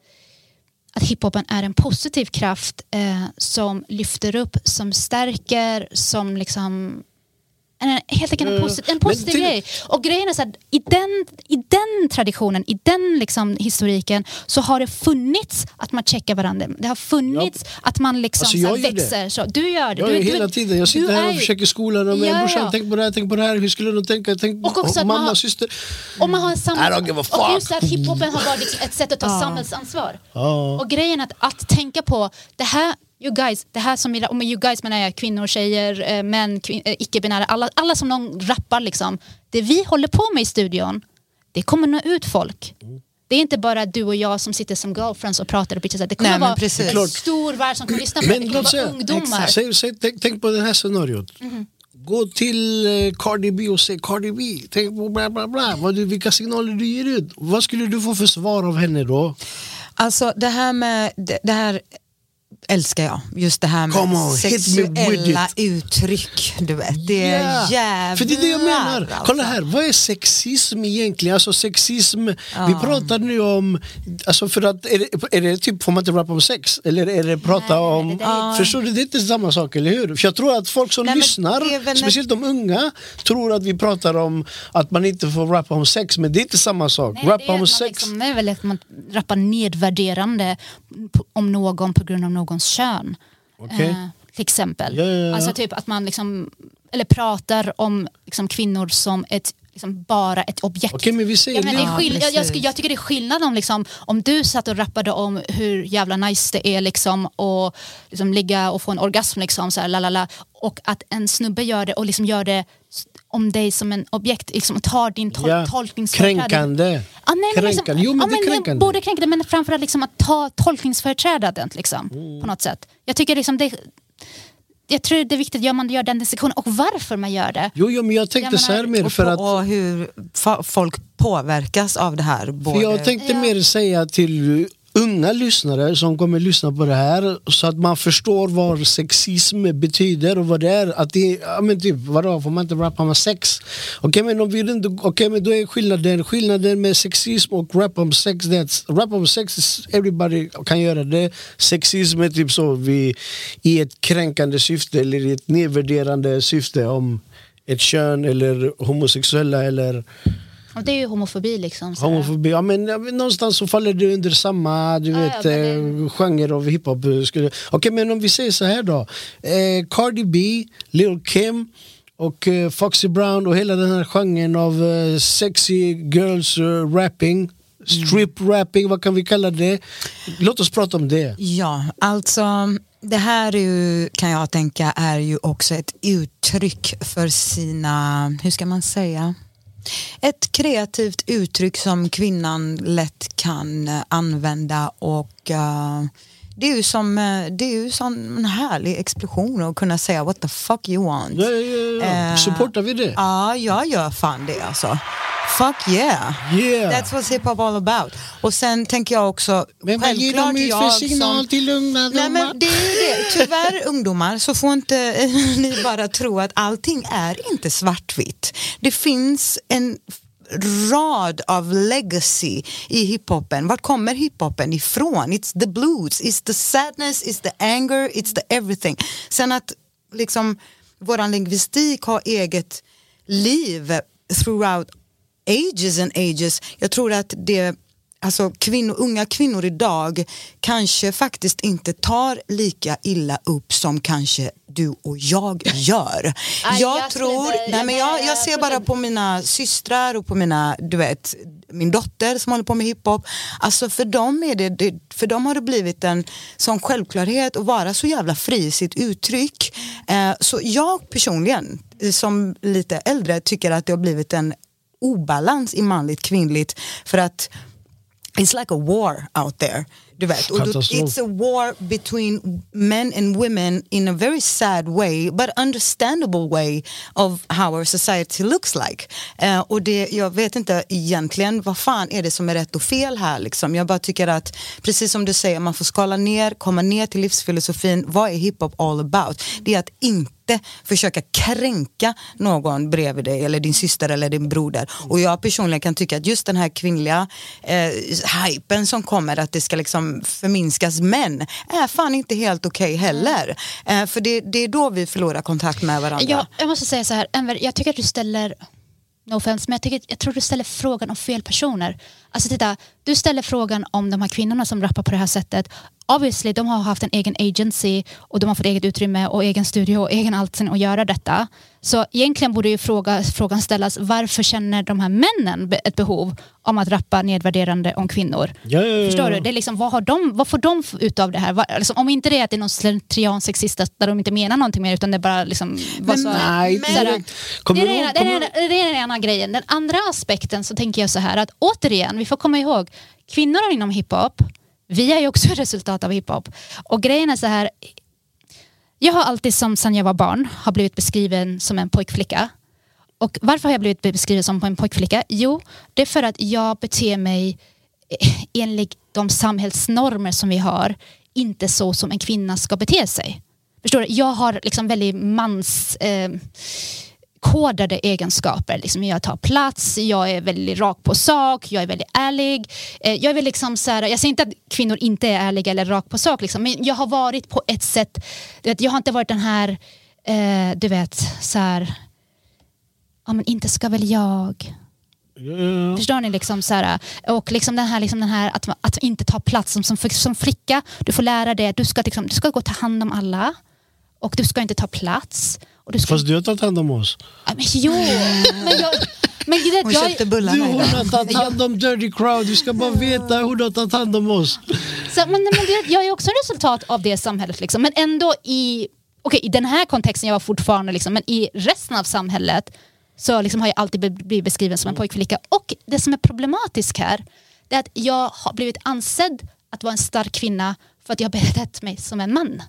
att hiphopen är en positiv kraft eh, som lyfter upp, som stärker, som liksom en, helt enkelt en, posit- en positiv till... grej. Och grejen är så här, i den, i den traditionen, i den liksom historiken, så har det funnits att man checkar varandra. Det har funnits ja. att man liksom alltså, så här, växer. Så, du gör det. Jag du, är du, hela tiden. Jag sitter här och försöker skolan och med ja, brorsan, ja. tänk på det här, tänk på det här. Hur skulle de tänka? Tänk och också på mamma, har, syster. Och man har en samhälls- och just att hiphopen har varit ett sätt att ta ah. samhällsansvar. Ah. Och grejen är att, att tänka på det här, you guys, det här som vi, och med you guys menar jag kvinnor, tjejer, män, kvin- icke-binära, alla, alla som någon rappar liksom. Det vi håller på med i studion, det kommer nå ut folk. Mm. Det är inte bara du och jag som sitter som girlfriends och pratar och pitchar. Det kommer Nej, vara precis. en stor värld som kommer lyssna på men, det. Det kommer vara ungdomar. Säg, säg, tänk, tänk på det här scenariot. Mm-hmm. Gå till uh, Cardi B och säg Cardi B, tänk på bla bla bla. Vad du, vilka signaler du ger ut. Vad skulle du få för svar av henne då? Alltså det här med det, det här älskar jag. Just det här med on, sexuella uttryck, du vet. Det är yeah. jävla... För det är det jag menar. Alltså. Kolla här, vad är sexism egentligen? Alltså sexism, ja. vi pratar nu om... Alltså för att, är det, är det typ, får man inte rappa om sex? Eller är det prata Nej, om... Det är... Förstår du, det är inte samma sak, eller hur? För jag tror att folk som Nej, lyssnar, speciellt de unga, tror att vi pratar om att man inte får rappa om sex, men det är inte samma sak. Nej, rappa om sex... Liksom, det är väl att man rappar nedvärderande om någon på grund av någons kön. Okay. Eh, till exempel. Ja, ja, ja. Alltså typ att man liksom, eller pratar om liksom kvinnor som ett liksom bara ett objekt. Okay, men vi säger jag, menar, det. Det är skill- ja, jag, jag, jag tycker det är skillnad om liksom, om du satt och rappade om hur jävla nice det är liksom, och liksom ligga och få en orgasm liksom, så här, lalala, och att en snubbe gör det och liksom gör det om dig som en objekt liksom, och tar din tol- ja, tolkningsföreträde. Kränkande. Ah, nej, men liksom, jo, men ja, det är men, kränkande. Både kränkande men framförallt liksom, att ta tolkningsföreträdet liksom, mm. på något sätt. Jag tycker liksom det jag tror det är viktigt att man gör den diskussionen och varför man gör det. Jo, jo men jag tänkte jag så här mer för att... Och hur folk påverkas av det här. Både... För jag tänkte ja. mer säga till unga lyssnare som kommer lyssna på det här så att man förstår vad sexism betyder och vad det är. Att det, ja men typ, vadå, får man inte rappa med sex? Okej, okay, men om vi inte, okay, men då är skillnaden, skillnaden med sexism och rap om sex, det är rap om sex, is, everybody kan göra det. Sexism är typ så, vi, i ett kränkande syfte eller i ett nedvärderande syfte om ett kön eller homosexuella eller... Och det är ju homofobi liksom. Så homofobi, ja men, ja men någonstans så faller det under samma, du ah, vet, ja, det... eh, genre av hiphop. Okej, okay, men om vi säger så här då. Eh, Cardi B, Lil Kim och eh, Foxy Brown och hela den här genren av eh, sexy girls uh, rapping, strip rapping, vad kan vi kalla det? Låt oss prata om det. Ja, alltså... Det här är ju, kan jag tänka, är ju också ett uttryck för sina, hur ska man säga... Ett kreativt uttryck som kvinnan lätt kan uh, använda och uh, det är ju som uh, det är ju som en härlig explosion att kunna säga what the fuck you want. Ja, ja, ja. Uh, Supportar vi det? Ja, jag gör fan det alltså. Fuck yeah. yeah. That's what hip hop all about. Och sen tänker jag också, men vad ger de ut för signal som... till unga? Nej, men det är det. Tyvärr ungdomar så får inte ni bara tro att allting är inte svartvitt. Det finns en rad av legacy i hiphopen. Vart kommer hiphopen ifrån? It's the blues, it's the sadness, it's the anger, it's the everything. Sen att liksom våran lingvistik har eget liv throughout ages and ages. Jag tror att det, alltså kvinnor, unga kvinnor idag kanske faktiskt inte tar lika illa upp som kanske du och jag gör. Aj, jag, jag tror, det, nej men jag, jag ser bara på mina systrar och på mina, du vet, min dotter som håller på med hiphop. Alltså för dem är det, det för dem har det blivit en sån självklarhet att vara så jävla fri i sitt uttryck. Eh, så jag personligen som lite äldre tycker att det har blivit en obalans i manligt kvinnligt för att it's like a war out there, du vet. Och it's a war between men and women in a very sad way but understandable way of how our society looks like. Uh, och det, jag vet inte egentligen vad fan är det som är rätt och fel här liksom. Jag bara tycker att precis som du säger, man får skala ner, komma ner till livsfilosofin. Vad är hiphop all about? Det är att inte försöka kränka någon bredvid dig eller din syster eller din broder. Och jag personligen kan tycka att just den här kvinnliga eh, hypen som kommer, att det ska liksom liksom förminskas. Men är fan inte helt okej okay heller. Eh, för det, det är då vi förlorar kontakt med varandra. Ja, jag måste säga så här, Enver, jag tycker att du ställer... No offense, men jag, tycker, jag tror du ställer frågan om fel personer. Alltså titta, du ställer frågan om de här kvinnorna som rappar på det här sättet. Obviously, de har haft en egen agency och de har fått eget utrymme och egen studio och egen allting att göra detta. Så egentligen borde ju fråga, frågan ställas, varför känner de här männen ett behov om att rappa nedvärderande om kvinnor? Ja, ja, ja. Förstår du? Det är liksom, vad, har de, vad får de ut av det här? Vad, liksom, om inte det är att det är någon slentrian sexista där de inte menar någonting mer utan det är bara liksom... Men, så, nej, men, sådär, kommer det, är ena, det, är ena, det är den ena grejen. Den andra aspekten så tänker jag så här att återigen, vi får komma ihåg, kvinnor inom hiphop, vi är ju också resultat av hiphop. Och grejen är så här, jag har alltid som sedan jag var barn har blivit beskriven som en pojkflicka. Och varför har jag blivit beskriven som en pojkflicka? Jo, det är för att jag beter mig enligt de samhällsnormer som vi har, inte så som en kvinna ska bete sig. Förstår du? Jag har liksom väldigt mans... Eh, kodade egenskaper. Liksom jag tar plats, jag är väldigt rak på sak, jag är väldigt ärlig. Eh, jag är väl liksom så här, jag säger inte att kvinnor inte är ärliga eller rak på sak, liksom, men jag har varit på ett sätt, du vet, jag har inte varit den här, eh, du vet, så här, ja men inte ska väl jag... Yeah. Förstår ni liksom så här, och liksom den här, liksom den här att, att inte ta plats som, som, som flicka, du får lära dig, du ska, liksom, du ska gå och ta hand om alla och du ska inte ta plats. Och du ska... Fast du har tagit hand om oss. Ja, men jo, men jag... Men det, hon jag... köpte bullarna Du idag. har tagit hand om Dirty Crowd, du ska bara veta hur du har tagit hand om oss. Så, men, men det, jag är också ett resultat av det samhället liksom. Men ändå i, okay, i den här kontexten jag var fortfarande liksom, men i resten av samhället så liksom har jag alltid blivit beskriven som en pojkflicka. Och det som är problematiskt här, det är att jag har blivit ansedd att vara en stark kvinna för att jag har betett mig som en man.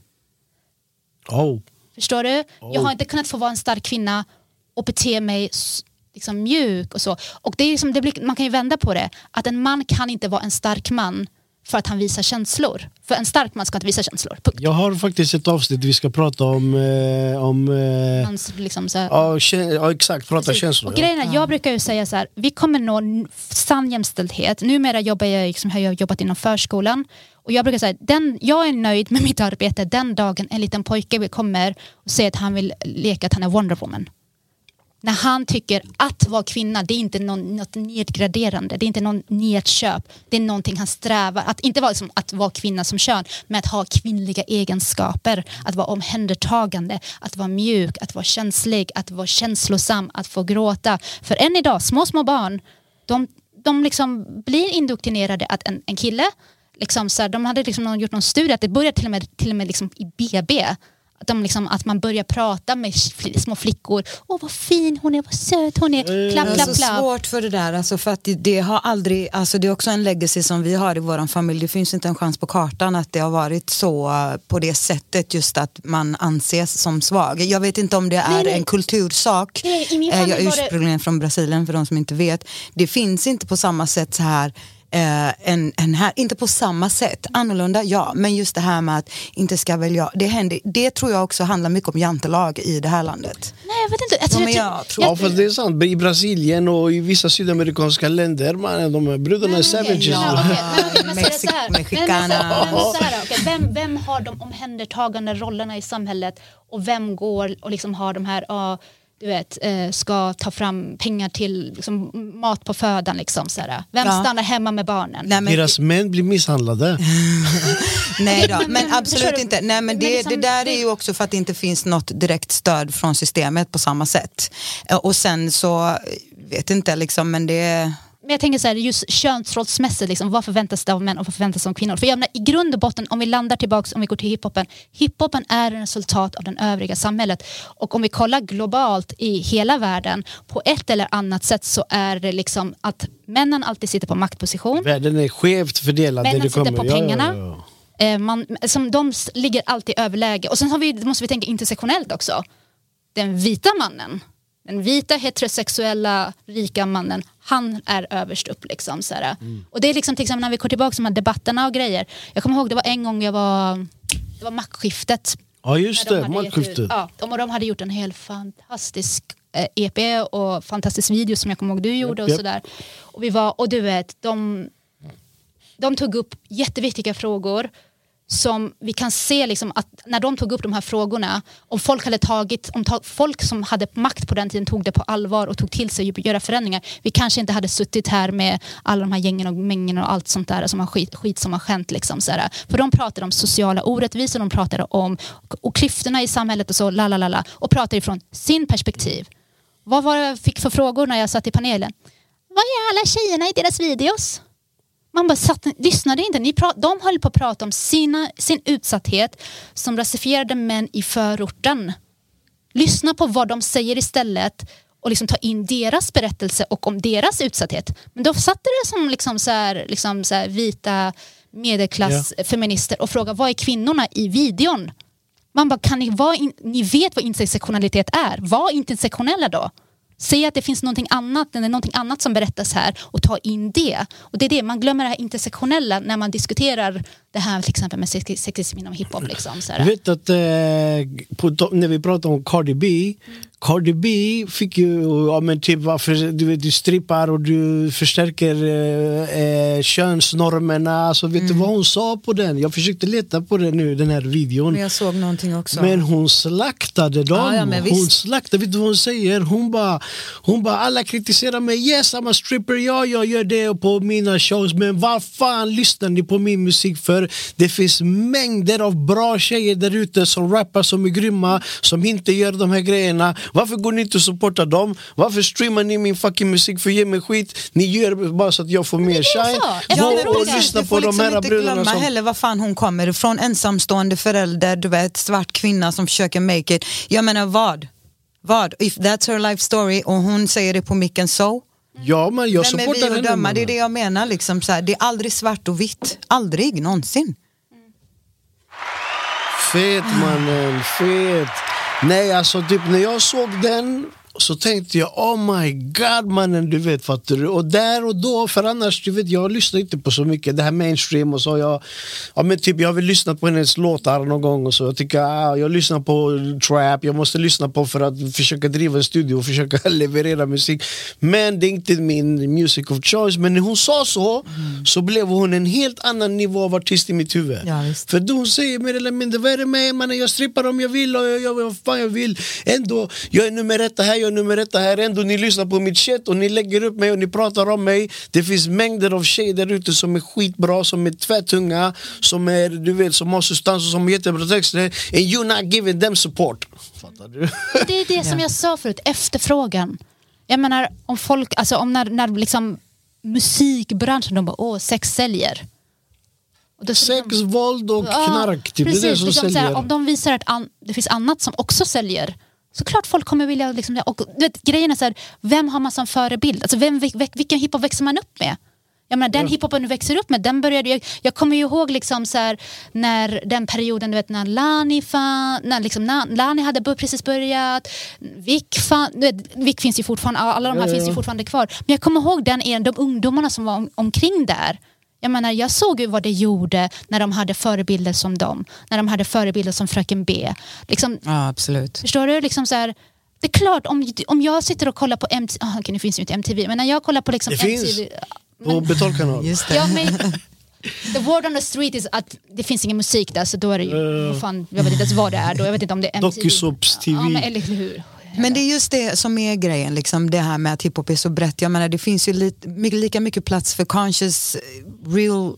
Oh. Förstår du? Oh. Jag har inte kunnat få vara en stark kvinna och bete mig liksom mjuk och så. Och det är liksom, det blir, man kan ju vända på det. Att en man kan inte vara en stark man för att han visar känslor. För en stark man ska inte visa känslor. Punkt. Jag har faktiskt ett avsnitt vi ska prata om... Eh, om eh, Hans, liksom så här, ja, kä- ja, exakt. Prata precis. känslor. Och grejen är, jag brukar ju säga så här, vi kommer nå sann jämställdhet. Numera jobbar jag, liksom, har jag jobbat inom förskolan. Och jag brukar säga, den, jag är nöjd med mitt arbete den dagen en liten pojke kommer och säger att han vill leka att han är Wonder Woman. När han tycker att vara kvinna, det är inte någon, något nedgraderande, det är inte någon nedköp, det är någonting han strävar, att inte vara liksom, att vara kvinna som kön, men att ha kvinnliga egenskaper, att vara omhändertagande, att vara mjuk, att vara känslig, att vara känslosam, att få gråta. För än idag, små små barn, de, de liksom blir indoktrinerade att en, en kille, liksom så här, de hade liksom gjort någon studie att det börjar till och med, till och med liksom i B B. Att, de liksom, att man börjar prata med fl- små flickor. Åh, vad fin hon är, vad söt hon är. Klapp, Det är klapp, så klapp. svårt för det där. Alltså för att det, det har aldrig, alltså det är också en legacy som vi har i vår familj. Det finns inte en chans på kartan att det har varit så på det sättet, just att man anses som svag. Jag vet inte om det är nej, nej. en kultursak. Nej, i min jag familj är var det- ursprungligen från Brasilien, för de som inte vet. Det finns inte på samma sätt så här. Uh, en, en här, inte på samma sätt, annorlunda ja, men just det här med att inte ska väl jag, det händer, det tror jag också handlar mycket om jantelag i det här landet. Nej, jag vet inte. Jag Ja, tror, men jag, jag tror- Ja, för det är sant. I Brasilien och i vissa sydamerikanska länder, man, de här brudarna är savages. Ja, okej. Men- men- men så är det så här. Mexi- Men- men- mexicana. men så här, okej. Vem, vem har de omhändertagande rollerna i samhället och vem går och liksom har de här, ja, du vet, eh, ska ta fram pengar till liksom, mat på födan liksom, så här. Vem Ja. stannar hemma med barnen? Nej, men, Deras män blir misshandlade. nej då, Men- men, men- absolut förstår du? inte. Nej, men Men det, liksom, det där det- är ju också för att det inte finns något direkt stöd från systemet på samma sätt. Eh, Och sen så, vet inte liksom, men det... Men jag tänker så här, just könsrollsmässigt, liksom, vad förväntas det av män och vad förväntas det av kvinnor? För jag menar, i grund och botten, om vi landar tillbaks, om vi går till hiphopen, hiphopen är en resultat av den övriga samhället. Och om vi kollar globalt i hela världen, på ett eller annat sätt så är det liksom att männen alltid sitter på maktposition. Världen är skevt fördelad. Männen där det sitter kommer. på Ja, pengarna. ja, ja. Eh, man, som de s- ligger alltid överläge. Och sen har vi, måste vi tänka intersektionellt också. Den vita mannen, den vita heterosexuella rika mannen, han är överst upp liksom, så här. Mm. Och det är liksom till exempel när vi går tillbaka till de här debatterna och grejer. Jag kommer ihåg, det var en gång jag var, det var maktskiftet. Ja, just När de det. hade gett ut- Maktskiftet. Ja, de, och de hade gjort en helt fantastisk eh, E P och fantastisk video som jag kommer ihåg du gjorde Japp, och japp. sådär. Och vi var, och du vet, de de tog upp jätteviktiga frågor som vi kan se liksom att när de tog upp de här frågorna, om folk hade tagit, om ta, folk som hade makt på den tiden tog det på allvar och tog till sig att göra förändringar, vi kanske inte hade suttit här med alla de här gängen och mängderna och allt sånt där som har skit, skit som har hänt liksom, så här. För de pratade om sociala orättvisor, de pratade om och klyftorna i samhället och så, lalalala, och pratade ifrån sin perspektiv. Vad var det jag fick för frågor när jag satt i panelen? Vad är alla tjejerna i deras videos? Man bara satt, lyssnade inte. Ni prat, de höll på att prata om sina, sin utsatthet som rasifierade män i förorten. Lyssna på vad de säger istället och liksom ta in deras berättelse och om deras utsatthet. Men då satt det som liksom så här, liksom så här vita medelklassfeminister yeah. och frågade vad är kvinnorna i videon? Man bara, kan ni, vara in, ni vet vad intersektionalitet är. Var intersektionella då. Se att det finns någonting annat, eller någonting annat som berättas här och ta in det. Och det är det, man glömmer det här intersektionella när man diskuterar det här till exempel med sexism inom hiphop. Liksom, så här. Jag vet att eh, på, när vi pratar om Cardi B, mm. Cardi B fick ju, ja men typ varför du, vet, du strippar och du förstärker eh, eh, könsnormerna. Så vet mm. du vad hon sa på den? Jag försökte leta på det nu, den här videon. Men jag såg någonting också. Men hon slaktade dem. Ah, ja, men hon slaktade, vet du vad hon säger? Hon bara, hon bara alla kritiserar mig. Yes, I'm a stripper, ja jag gör det på mina shows. Men vad fan lyssnar ni på min musik för? Det finns mängder av bra tjejer där ute som rappar, som är grymma, som inte gör de här grejerna. Varför går ni inte och supportar dem? Varför streamar ni min fucking musik för att ge mig skit? Ni gör bara så att jag får mer shine. Gå och, och lyssna på de här bröderna som... heller vad fan hon kommer från, ensamstående förälder, du vet, svart kvinna som försöker make it. Jag menar vad? Vad? If that's her life story och hon säger det på micken så... Ja, men jag supportar henne. Döma, det är det jag menar liksom, så här, det är aldrig svart och vitt. Aldrig, någonsin. Fet mannen, fet. Nej, alltså typ när jag såg den så tänkte jag, oh my god mannen, du vet, fattar du? Och där och då, för annars, du vet, jag lyssnar inte på så mycket, det här mainstream och så, jag, ja men typ, jag har väl lyssnat på hennes låtar någon gång och så, jag tycker, ah, jag lyssnar på trap, jag måste lyssna på för att försöka driva en studio och försöka leverera musik, men det är inte min music of choice, men när hon sa så, mm. så blev hon en helt annan nivå av artist i mitt huvud. Ja, för då hon säger mer eller mindre, vad är det med mannen, jag strippar om jag vill och jag gör vad fan jag vill, ändå, jag är nummer ett här, jag nummer ett här, ändå ni lyssnar på mitt shit och ni lägger upp mig och ni pratar om mig. Det finns mängder av tjejer där ute som är skitbra, som är tvärtunga, som är, du vet, som har substans och som har jättebra texter, and you're not giving them support. Fattar du? Det är det som jag sa förut, efterfrågan. Jag menar, om folk, alltså om när, när liksom musikbranschen, de bara, åh, sex säljer. Och då, sex, de, våld och knark, typ. Precis, det är det som liksom, säljer. Såhär, om de visar att an, det finns annat som också säljer, så klart folk kommer vilja liksom, och du vet, grejen är så här, vem har man som förebild? Alltså vem, vilken hiphop växer man upp med? Jag menar, den ja. hiphopen du växer upp med, den började jag, jag kommer ju ihåg liksom så här, när den perioden, du vet, när Lani fan, när liksom när Lani hade precis börjat, Vick fan, du vet, Vick finns ju fortfarande, alla de här ja, finns ju fortfarande kvar. Men jag kommer ihåg den eran, de ungdomarna som var om, omkring där. Jag menar, jag såg ju vad det gjorde när de hade förebilder som dem. När de hade förebilder som Fröken B. Liksom, ja, absolut. Förstår du? Liksom så här, det är klart, om, om jag sitter och kollar på M T V... Oh, okay, nu finns ju inte M T V, men när jag kollar på liksom det M T V... finns men, på betalkanal. Just det. Ja, men, the word on the street is att det finns ingen musik där, så då är det ju... Uh, fan, jag vet inte ens vad det är då. Jag vet inte om det är M T V. Docusops T V. Ja, men, eller hur? Men det är just det som är grejen, liksom, det här med att hiphop är så brett. Jag menar, det finns ju li- lika mycket plats för conscious, real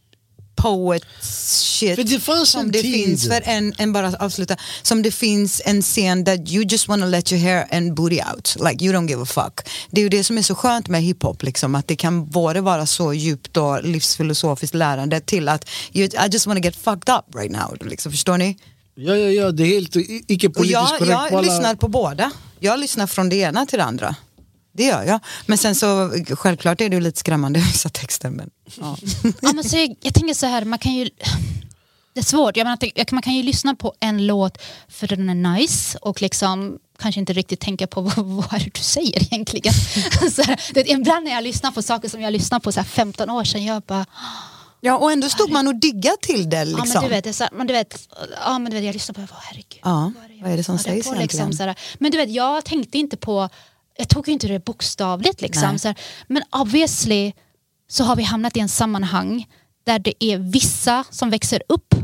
poets shit. För det fanns som en det tid. finns för en, en bara avsluta, som det finns en scen that you just want to let your hair and booty out. Like you don't give a fuck. Det är ju det som är så skönt med hiphop, liksom, att det kan både vara så djupt och livsfilosofiskt lärande till att you, I just want to get fucked up right now. Liksom, förstår ni? Ja, ja, ja, det är helt icke-politiskt korrekt. Jag, jag lyssnar på båda. Jag lyssnar från det ena till det andra. Det gör jag. Men sen så, självklart är det ju lite skrämmande vissa texter. Men, ja. Ja, men så jag, jag tänker så här, man kan ju... Det är svårt. Jag menar, man kan ju lyssna på en låt för den är nice och liksom kanske inte riktigt tänka på vad, vad är det du säger egentligen. Så, det, ibland när jag lyssnar på saker som jag lyssnade på så här femton år sedan, jag bara... Ja, och ändå stod man och diggade till det liksom. Ja, men du vet, det är så, men du vet, ja, men du vet, jag lyssnar på vad, herregud. Ja, vad är det, vad är det som sägs på, liksom, egentligen? så här. Men du vet, jag tänkte inte på, jag tog ju inte det bokstavligt liksom. Så här. Men obviously så har vi hamnat i en sammanhang där det är vissa som växer upp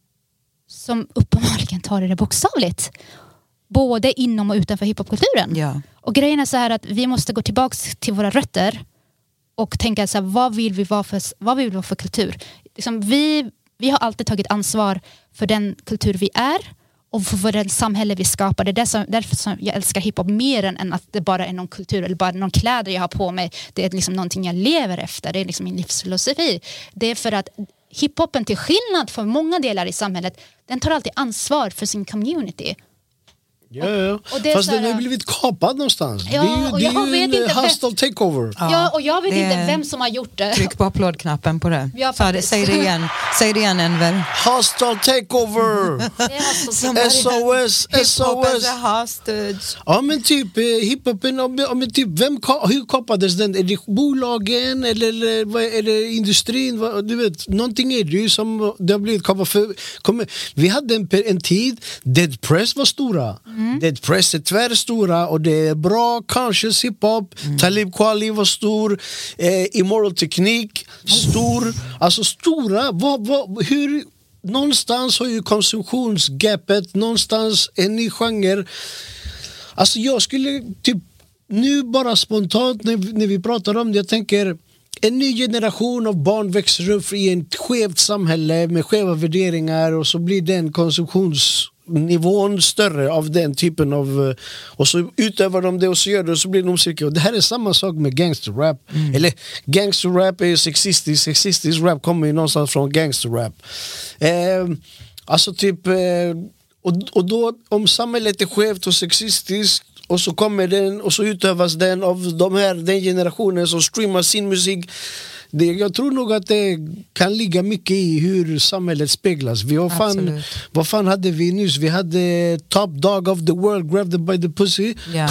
som uppenbarligen tar det bokstavligt. Både inom och utanför hiphopkulturen. Ja. Och grejen är så här att vi måste gå tillbaka till våra rötter och tänka så här, vad vill vi vara för, vad vill vi vara för kultur? Liksom vi, vi har alltid tagit ansvar för den kultur vi är och för, för den samhälle vi skapar. Det är det som, därför som jag älskar hiphop mer än att det bara är någon kultur eller bara någon kläder jag har på mig. Det är liksom någonting jag lever efter. Det är liksom min livsfilosofi. Det är för att hiphopen, till skillnad från många delar i samhället, den tar alltid ansvar för sin community. Ja, ja. Fast den har ju blivit kapad någonstans. Ja, det är ju, och det jag är vet ju en inte hostile takeover. Ja, ja, och jag vet det inte är... vem som har gjort det. Tryck på applådknappen på det. Ja, Så det, säg det igen. Säg det igen, Enver. Hostile takeover. S O S, S O S. Hostage. Ja, men typ eh, hiphopen, om, om, typ, vem, hur kapades den? Är det bolagen eller, eller vad är det industrin? Vad, du vet, någonting är det ju som det har blivit kapat för. Kom, vi hade en, en tid, Dead Press var stora. Mm. Dead Press är tvärstora och det är bra, conscious hiphop. Mm. Talib Kweli var stor. Eh, Immoral Teknik, stor. Alltså stora, vad, vad, hur... Någonstans har ju konsumtionsgapet, någonstans en ny genre. Alltså jag skulle typ nu bara spontant när, när vi pratar om det, jag tänker en ny generation av barn växer upp i ett skevt samhälle med skeva värderingar och så blir den konsumtionsnivån större av den typen av, och så utövar de det och så gör det och så blir de cirka. Och det här är samma sak med gangsterrap. Mm. Eller gangsterrap är ju sexistisk, sexistisk rap kommer ju någonstans från gangsterrap. Eh, alltså typ eh, och, och då om samhället är skevt och sexistiskt och så kommer den och så utövas den av de här, den generationen som streamar sin musik. Det, jag tror nog att det kan ligga mycket i hur samhället speglas. Vi har fan, vad fan hade vi nyss? Vi hade Top Dog of the World, Grabbed by the Pussy. Ja,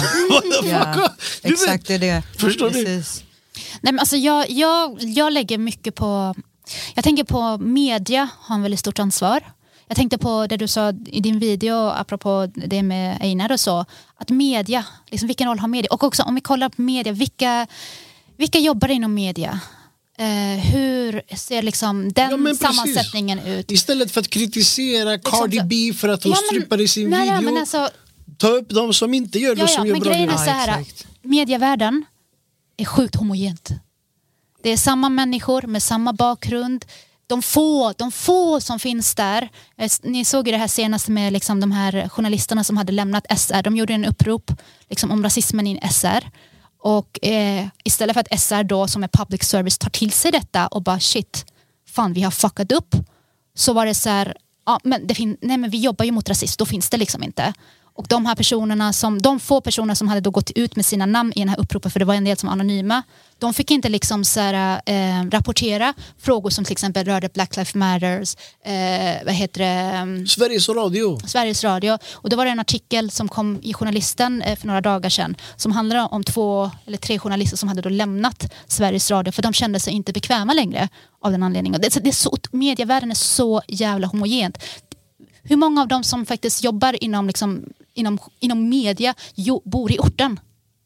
ja. Exakt det är det. Förstår du? Nej, men alltså jag, jag, jag lägger mycket på... Jag tänker på media har en väldigt stort ansvar. Jag tänkte på det du sa i din video apropå det med Einar och så. Att media, liksom vilken roll har media? Och också om vi kollar på media, vilka, vilka jobbar inom media? Uh, hur ser liksom den ja, sammansättningen ut? Istället för att kritisera liksom, Cardi B för att hon ja, strippar i sin nej, video, men alltså, ta upp de som inte gör det ja, som ja, gör bra. Men grejen är så här, ja, medievärlden är sjukt homogent. Det är samma människor med samma bakgrund. De få, de få som finns där. Ni såg ju det här senaste med liksom de här journalisterna som hade lämnat S R. De gjorde en upprop liksom, om rasismen i S R. Och eh, istället för att S R då som är public service tar till sig detta och bara shit, fan vi har fuckat upp. Så var det så här, ja men, det fin- nej, men vi jobbar ju mot rasism, då finns det liksom inte. Och de här personerna som, de få personer som hade då gått ut med sina namn i den här uppropen, för det var en del som anonyma, de fick inte liksom så här, eh, rapportera frågor som till exempel rörde Black Lives Matters, eh, vad heter det? Sveriges Radio. Sveriges Radio. Och då var det en artikel som kom i Journalisten eh, för några dagar sedan som handlade om två eller tre journalister som hade då lämnat Sveriges Radio för de kände sig inte bekväma längre av den anledningen. Det, det är så, medievärlden är så jävla homogent. Hur många av dem som faktiskt jobbar inom, liksom, inom, inom media jo, bor i orten?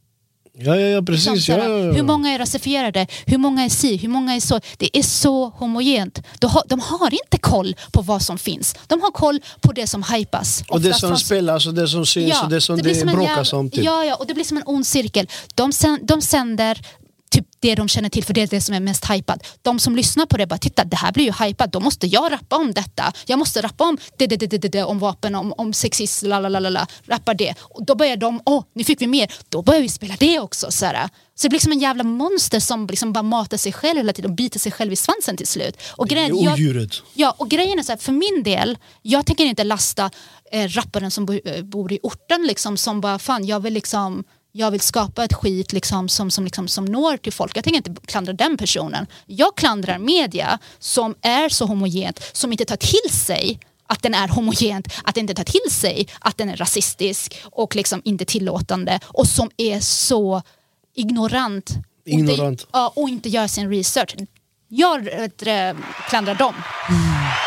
Ja, ja, ja precis. Ja, ja, ja. Hur många är rasifierade? Hur många är si? Hur många är så? Det är så homogent. De har, de har inte koll på vad som finns. De har koll på det som hypas. Och det som spelas och det som syns ja, och det som det, det bråkas om. Typ. Ja, ja, och det blir som en ond cirkel. De, sänd, de sänder typ det de känner till för det är det som är mest hypad. De som lyssnar på det bara, titta det här blir ju hypad, då måste jag rappa om detta. Jag måste rappa om det, det, det, det, det om vapen, om, om sexism, lalalala, rappar det. Och då börjar de, åh, nu fick vi mer, då börjar vi spela det också. Så, här. Så det blir som en jävla monster som liksom bara matar sig själv hela tiden och biter sig själv i svansen till slut. Och grejen, jag, ja, och grejen är så här, för min del, jag tänker inte lasta eh, rapparen som bo, eh, bor i orten liksom, som bara, fan, jag vill liksom jag vill skapa ett skit liksom, som, som, liksom, som når till folk. Jag tänker inte klandra den personen. Jag klandrar media som är så homogent, som inte tar till sig att den är homogent, att den inte tar till sig att den är rasistisk och liksom inte tillåtande och som är så ignorant, ignorant. Och, inte, och inte gör sin research. Jag äh, klandrar dem. Mm.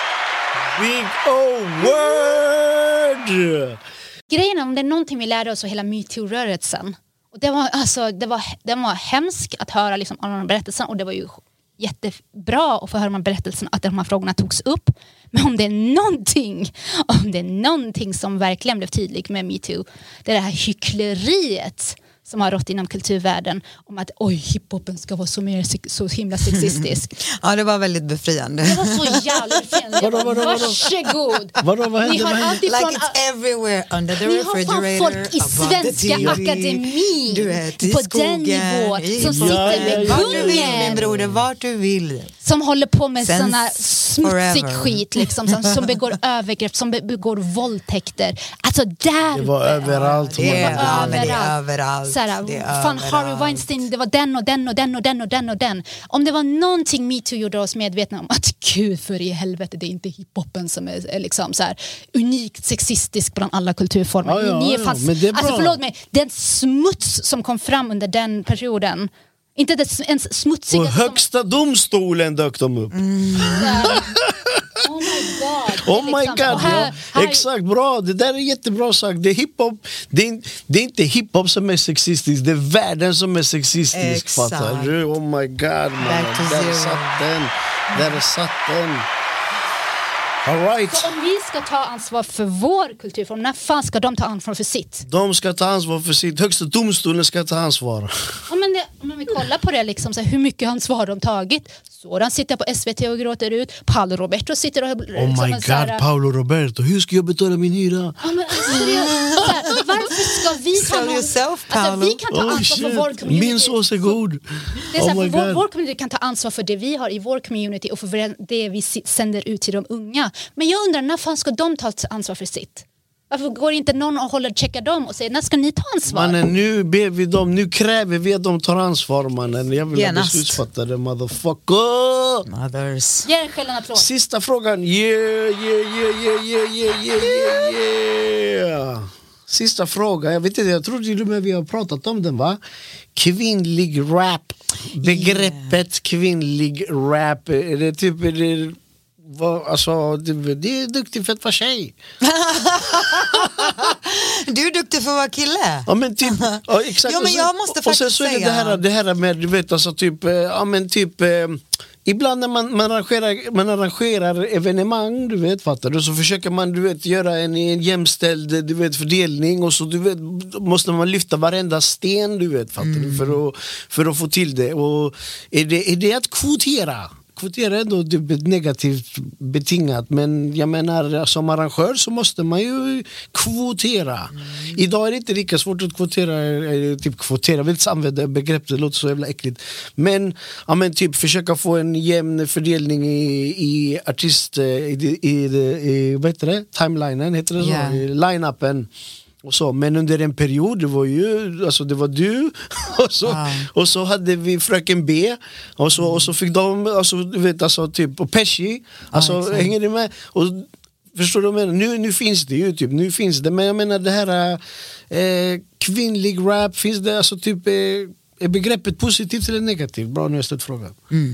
Big O word! Grejen om det är någonting vi lärde oss av hela MeToo-rörelsen. Och det var, alltså, det var, det var hemskt att höra liksom, alla de berättelserna och det var ju jättebra att få höra de här berättelserna, att de här frågorna togs upp. Men om det är någonting, om det är någonting som verkligen blev tydligt med MeToo, det är det här hyckleriet som har rått inom kulturvärlden om att oj, hiphopen ska vara så, mer, så himla sexistisk. Ja, det var väldigt befriande. Det var så jävla befriande. Jag bara, varsågod. Vadå, vad hände? Ni har alltid Like från, it's everywhere under the ni har refrigerator. fan folk i Svenska Akademin du vet, i på skogen, den nivån i som sitter ja, med ja, vart du vill, min kungen. broder, vart du vill. Som håller på med Sense såna smutsig forever. skit liksom, som, som begår övergrepp, som be- begår våldtäkter. Alltså där Det var överallt. Det är, man. ja, men det är överallt. överallt. Såhär, Det är fan, överallt. Harvey Weinstein, det var den och den och den och den och den och den. Om det var någonting MeToo gjorde oss medvetna om att gud för i helvete, det är inte hiphopen som är, är liksom så här unikt sexistisk bland alla kulturformer. Ja, ja, Ni är ja, fast, men det är bra. alltså förlåt mig, den smuts som kom fram under den perioden, inte det ens smutsiga På högsta domstolen dök de upp. som, oh my god. Det är Oh my liksom- god, och här- ja. här- Exakt, bra. Det där är jättebra sagt. Det är hiphop. Det är, det är inte hiphop som är sexistisk, det är världen som är sexistisk. Exakt. Fattar du? Oh my god, man. Back to Där zero. satt den. Där satt den. All right. Så om vi ska ta ansvar för vår kulturform, när fan ska de ta ansvar för sitt? De ska ta ansvar för sitt. Högsta domstolen ska ta ansvar. Ja, men det, om vi kollar på det, liksom, så här, hur mycket ansvar har de tagit? Sådan sitter på S V T och gråter ut. Paolo Roberto sitter och... Oh liksom, my en så här- god, Paolo Roberto. Hur ska jag betala min hyra? Ja, men, alltså, seriöst, så här, varför ska vi ta Tell någon, yourself, alltså, Paolo. vi kan ta Oh, ansvar för shit. vår community. Min sås är god. Det är så här, Oh my vår, god. vår community kan ta ansvar för det vi har i vår community och för det vi si- sänder ut till de unga. Men jag undrar, när fan ska de ta ansvar för sitt? Varför går inte någon och håller checka dem och säger, när ska ni ta ansvar? Mannen, nu ber vi dem, nu kräver vi att de tar ansvar, mannen. Jag vill ha Genast. beslutsfattare, motherfucker. Mothers. Ge en själv en applåd. Sista frågan. Yeah, yeah, yeah, yeah, yeah, yeah, yeah, yeah, yeah. Sista frågan. Jag vet inte, jag tror till och med vi har pratat om den, va? Kvinnlig rap. Begreppet kvinnlig rap. Är det typ... Är det, vad, alltså, det, det är duktigt för att vara tjej. Du är duktig för att vara kille. Ja men typ, ja, exakt. Jo, men Och sen- jag måste och sen faktiskt så är det säga- det här, det här med, du vet alltså typ, eh, ja men typ eh, ibland när man, man, arrangerar, man arrangerar evenemang, du vet, fattar du, så försöker man, du vet, göra en, en jämställd, du vet, fördelning och så, du vet, måste man lyfta varenda sten, du vet, fattar Mm. du, för att, för att få till det. Och är det, är det att kvotera? Kvotera är ändå typ negativt betingat, men jag menar som arrangör så måste man ju kvotera. Mm. Idag är det inte lika svårt att kvotera, eh, typ kvotera, jag vill inte använda begreppet, det låter så jävla äckligt. Men, ja, men typ försöka få en jämn fördelning i, i artist, i, i, i, i vad heter det? Timelinen, heter det så? Yeah. I line-upen. Och så. Men under en period, det var ju, alltså det var du och så, Wow. och så hade vi Fröken B och så, och så fick de, alltså, du vet, alltså, typ, och Pesci, alltså, exakt. hänger det med? Och, förstår du vad jag menar? Nu, nu finns det ju, typ, nu finns det, men jag menar det här eh, kvinnlig rap, finns det alltså typ, eh, är begreppet positivt eller negativt? Bra, nu har jag ställt frågan. Mm.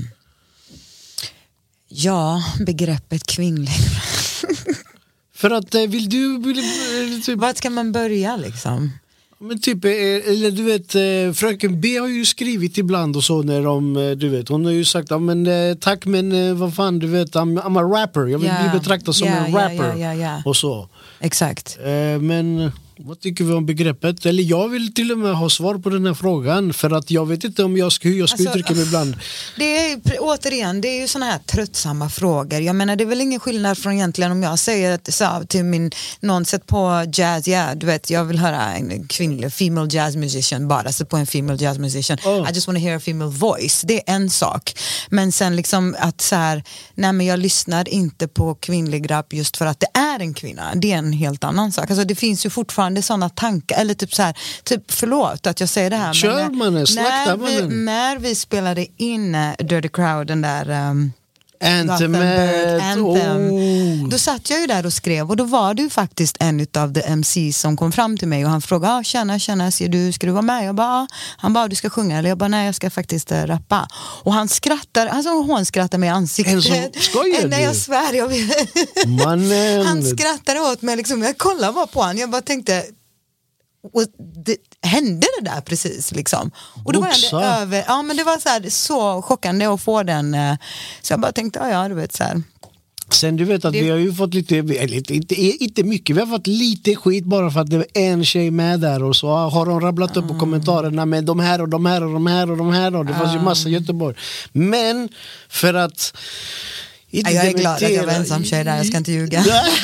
Ja, begreppet kvinnlig. För att, eh, vill du, vill, eh, typ, Vart ska man börja liksom? men typ, eh, eller du vet, eh, Fröken B har ju skrivit ibland och så när de, eh, du vet, hon har ju sagt, ja men eh, tack men eh, vad fan, du vet, I'm, I'm a rapper, jag vill Ja. bli betraktad som Ja, en ja, rapper ja, ja, ja. och så. Exakt. Eh, men vad tycker vi om begreppet? Eller jag vill till och med ha svar på den här frågan, för att jag vet inte om jag ska, hur jag ska Alltså, uttrycka mig ibland. Det är, återigen, det är ju såna här tröttsamma frågor. Jag menar, det är väl ingen skillnad från egentligen om jag säger att, så, till min, någon sett på jazz, ja, du vet, jag vill höra en kvinnlig, female jazz musician, bara sätt på en female jazz musician. Oh. I just want to hear a female voice. Det är en sak. Men sen liksom att så här, nej men jag lyssnar inte på kvinnlig rap just för att det är en kvinna. Det är en helt annan sak. Alltså det finns ju fortfarande sådana tankar, eller typ så här, typ förlåt att jag säger det här. Kör, men mannen, slakta, när, vi, mannen. när vi spelade in uh, Dirty Crowd, den där um, Anthemet, Anthem. oh. Då satt jag ju där och skrev och då var det ju faktiskt en utav the M C som kom fram till mig och han frågade, ah, tjena, tjena, ser du, ska du vara med? Jag bara, ah. Han bara, du ska sjunga, eller jag bara, nej jag ska faktiskt uh, rappa. Och han skrattar, alltså hon skrattar med ansiktet. En som skojar Nej du? jag svär, jag vet. Mannen. Han skrattade åt mig liksom, jag kollade bara på han, jag bara tänkte, och det hände det där precis liksom. Och då Boxa. var det över, ja men det var så här, så chockande att få den, så jag bara tänkte, ja, ja du vet så här. Sen du vet att det... vi har ju fått lite, lite inte, inte mycket, vi har fått lite skit bara för att det var en tjej med där och så har de rabblat upp på mm. kommentarerna med de här och de här och de här och de här och det mm. fanns ju massa i Göteborg. Men för att inte jag är glad att jag var ensam tjej där, jag ska inte ljuga.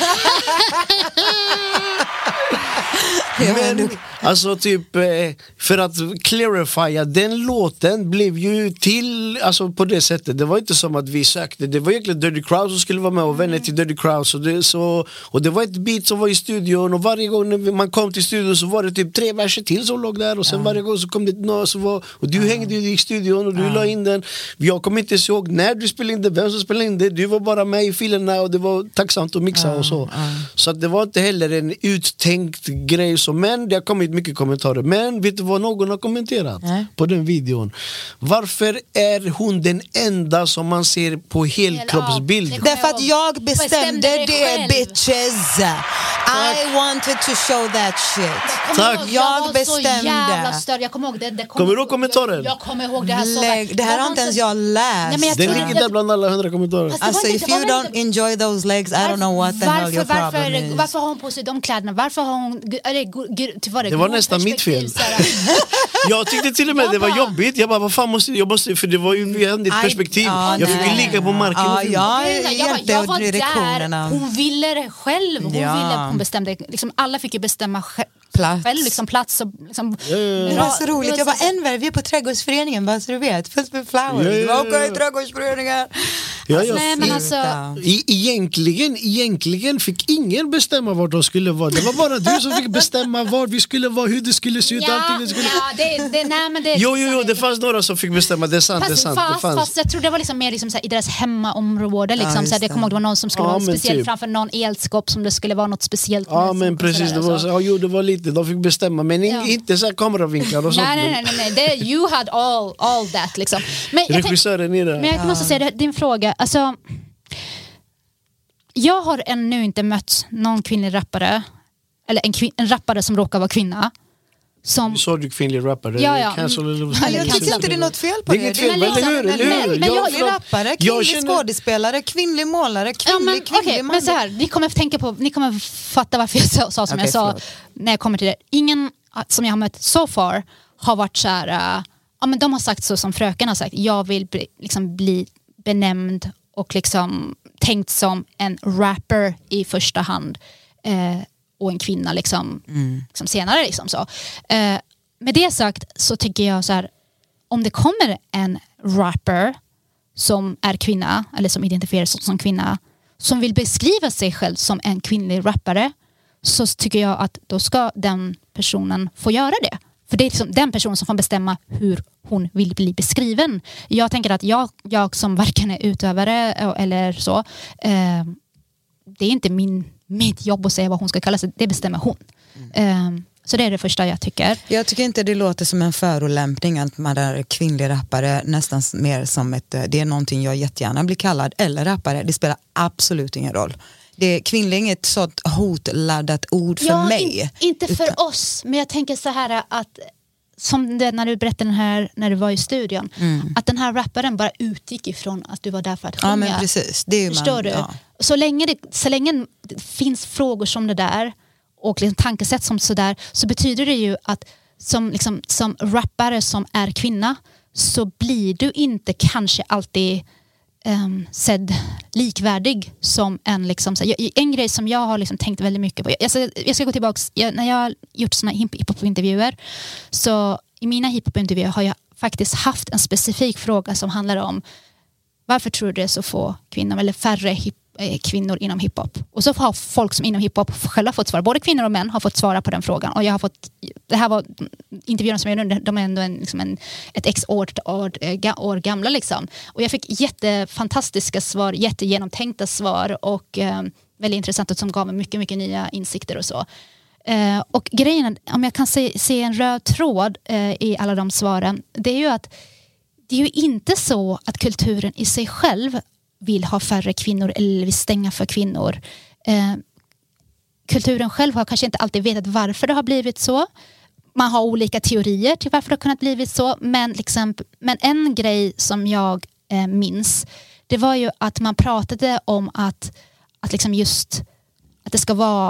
Men alltså typ för att clarifya, den låten blev ju till alltså på det sättet. Det var inte som att vi sökte, det var egentligen Dirty Crowd som skulle vara med och vänner till Dirty Crowd så det, så, och det var ett beat som var i studion och varje gång när man kom till studion så var det typ tre verser till som låg där och sen ja. varje gång så kom det några så var, och du ja. hängde ju i studion och du ja. la in den. Jag kommer inte ihåg när du spelade in det, vem som spelade in det, du var bara med i filerna och det var tacksamt att mixa ja. och så. Ja. Så att det var inte heller en uttänkt grej så, men det har kommit mycket kommentarer. Men vet du vad någon har kommenterat mm. på den videon? Varför är hon den enda som man ser på helkroppsbild? Ja, därför att jag bestämde, bestämde det, bitches. Tack. I wanted to show that shit. Tack. Jag, jag bestämde. Störd. Jag kommer ihåg det. det kommer du ihåg kommentaren? Jag kommer ihåg det här så Lägg, det här har inte ens jag läst. Nej, jag den ligger där bland alla hundra kommentarer. Alltså if you don't enjoy those legs, I don't know what the varför, hell your varför, problem is. Varför har hon på sig de kläderna? Varför har hon... Är det, var det, det var nästan mitt fel. Jag tyckte till och med det var jobbigt. Jag bara, vad fan måste jag måste, för det var ju ett perspektiv. I, jag fick ju ligga på marken. Ja, jag, jag, jag, jag var där. Hon ville det själv. Hon ja. ville, hon bestämde. Liksom, alla fick ju bestämma själv. Plats. Själv, liksom, plats och, liksom, ja, ja, ja. Det var så roligt. Jag var en värld, vi är på trädgårdsföreningen, bara så du vet. Först med flowers. Ja, ja, ja. Okej, okay, trädgårdsföreningen. Ja, ja. Nej, men alltså... E- egentligen, egentligen fick ingen bestämma vart de skulle vara. Det var bara du som fick bestämma var vi skulle vara, hur det skulle se ut. Ja, allting det skulle... ja det, det, nej, men det, jo, jo, jo, det fanns några som fick bestämma. Det är sant, fast, det är sant. Fast, det fanns. fast jag tror det var liksom mer liksom så här, i deras hemmaområde. Liksom, ja, så här, det kommer ihåg det var någon som skulle ja, vara speciellt typ. framför någon elskåp som det skulle vara något speciellt. Ja, men precis. Det var så, ja, jo, det var lite. De fick bestämma. Men ja. inte så här kameravinklar och sånt. Nej, nej, nej, nej. Det, you had all, all that liksom. Men regissören är det. Men jag måste säga, din fråga, alltså jag har ännu inte mött någon kvinnlig rappare eller en, kvin- en rappare som råkar vara kvinna. Som... Du sa du kvinnlig rappare? Ja, ja. Cancel, eller... Jag tycker inte det är något fel på det. Det är fel, eller hur? Kvinnlig rappare, kvinnlig känner... skådespelare, kvinnlig målare, kvinnlig, ja, men, kvinnlig okay, men så här, ni kommer tänka på, ni kommer fatta varför jag sa, sa som okay, jag sa förlåt. när jag kommer till det. Ingen som jag har mött so far har varit så här, uh, ja men de har sagt så som fröken har sagt, jag vill bli, liksom bli benämnd och liksom tänkt som en rapper i första hand eh, och en kvinna liksom, mm. liksom senare liksom så. Eh, med det sagt så tycker jag så här, om det kommer en rapper som är kvinna eller som identifierar sig som kvinna som vill beskriva sig själv som en kvinnlig rappare, så tycker jag att då ska den personen få göra det. För det är liksom den personen som får bestämma hur hon vill bli beskriven. Jag tänker att jag, jag som varken är utövare eller så, eh, det är inte min, mitt jobb att säga vad hon ska kalla sig. Det bestämmer hon. Mm. Eh, så det är det första jag tycker. Jag tycker inte det låter som en förolämpning att man är kvinnlig rappare, nästan mer som ett, det är någonting jag jättegärna blir kallad, eller rappare. Det spelar absolut ingen roll. Det är kvinnlig ett sånt hotladdat ord för ja, mig. In, inte för Utan... oss, men jag tänker så här att som det, när du berättade den här när du var i studion, mm. att den här rapparen bara utgick ifrån att du var där för att sjunga. Ja, men precis. Det är ju Förstår man, du? Ja. Så länge det, så länge det finns frågor som det där och liksom tankesätt som sådär, så betyder det ju att som, liksom, som rappare som är kvinna så blir du inte kanske alltid Um, sedd likvärdig som en liksom, så, jag, en grej som jag har liksom tänkt väldigt mycket på. Jag, jag, jag ska gå tillbaka, jag, när jag har gjort såna hiphop-intervjuer, så i mina hiphop-intervjuer har jag faktiskt haft en specifik fråga som handlar om varför tror du det är så få kvinnor eller färre hip, eh, kvinnor inom hiphop? Och så har folk som inom hiphop själva fått svara, både kvinnor och män har fått svara på den frågan, och jag har fått, det här var intervjuerna som jag gjorde, de är ändå en, liksom en, ett x år, år, år gamla liksom, och jag fick jättefantastiska svar, jättegenomtänkta svar och eh, väldigt intressant, och som gav mig mycket, mycket nya insikter och så. Eh, och grejen, om jag kan se, se en röd tråd eh, i alla de svaren, det är ju att det är ju inte så att kulturen i sig själv vill ha färre kvinnor eller vill stänga för kvinnor. Eh, kulturen själv har kanske inte alltid vetat varför det har blivit så. Man har olika teorier till varför det har kunnat blivit så. Men, liksom, men en grej som jag eh, minns, det var ju att man pratade om att, att liksom just att det ska vara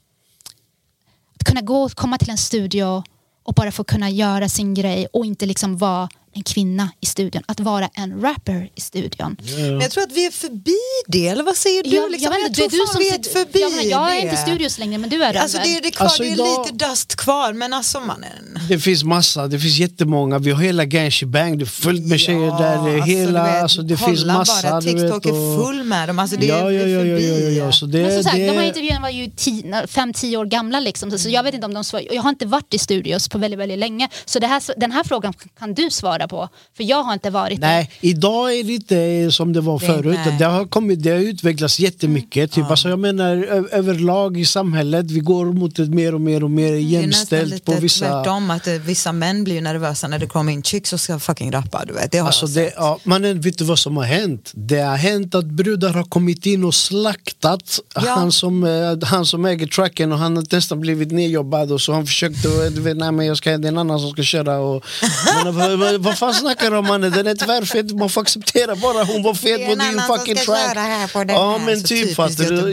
att kunna gå och komma till en studio och bara få kunna göra sin grej och inte liksom vara en kvinna i studion, att vara en rapper i studion. Yeah. Men jag tror att vi är förbi det, eller vad säger du? Jag, liksom? jag, jag, jag tror du som vi är sitter, förbi jag, menar, jag är det. inte i studios längre, men du är alltså, det. Är det, kvar, alltså, det är idag, lite dust kvar, men alltså mannen. Det finns massa, det finns jättemånga. Vi har hela Ganshi Bang, det är fullt med tjejer ja, där. Det, är alltså, hela, vet, alltså, det finns massa. Bara, TikTok vet, och, är full med dem. Alltså, det ja, är ja, ja, förbi. ja, ja, ja. Så det, men som sagt, det... de här intervjuerna var ju tio, fem, tio år gamla liksom, så, så jag vet inte om de svar, jag har inte varit i studios på väldigt, väldigt länge. Så det här, den här frågan kan du svara på, för jag har inte varit Nej, där. idag är det inte som det var förut. Nej. Det har, kommit, det har utvecklats jättemycket. Typ. Ja. Alltså, jag menar ö- överlag i samhället, vi går mot ett mer och mer och mer jämställt lite på vissa... tvärtom, att eh, vissa män blir nervösa när det kommer in chicks och ska fucking rappa, du vet. Det har Alltså jag det, sett. ja, mannen, vet du vad som har hänt? Det har hänt att brudar har kommit in och slaktat Ja. han, som, eh, han som äger tracken, och han har nästan blivit nedjobbad, och så han försökte, och, du vet, nej men jag ska, det är en annan som ska köra och, men, vad, vad, vad fan snackar du om, mannen? Den är tvärfet, man får acceptera bara hon var fet på din fucking track. Ja men typ fattar du.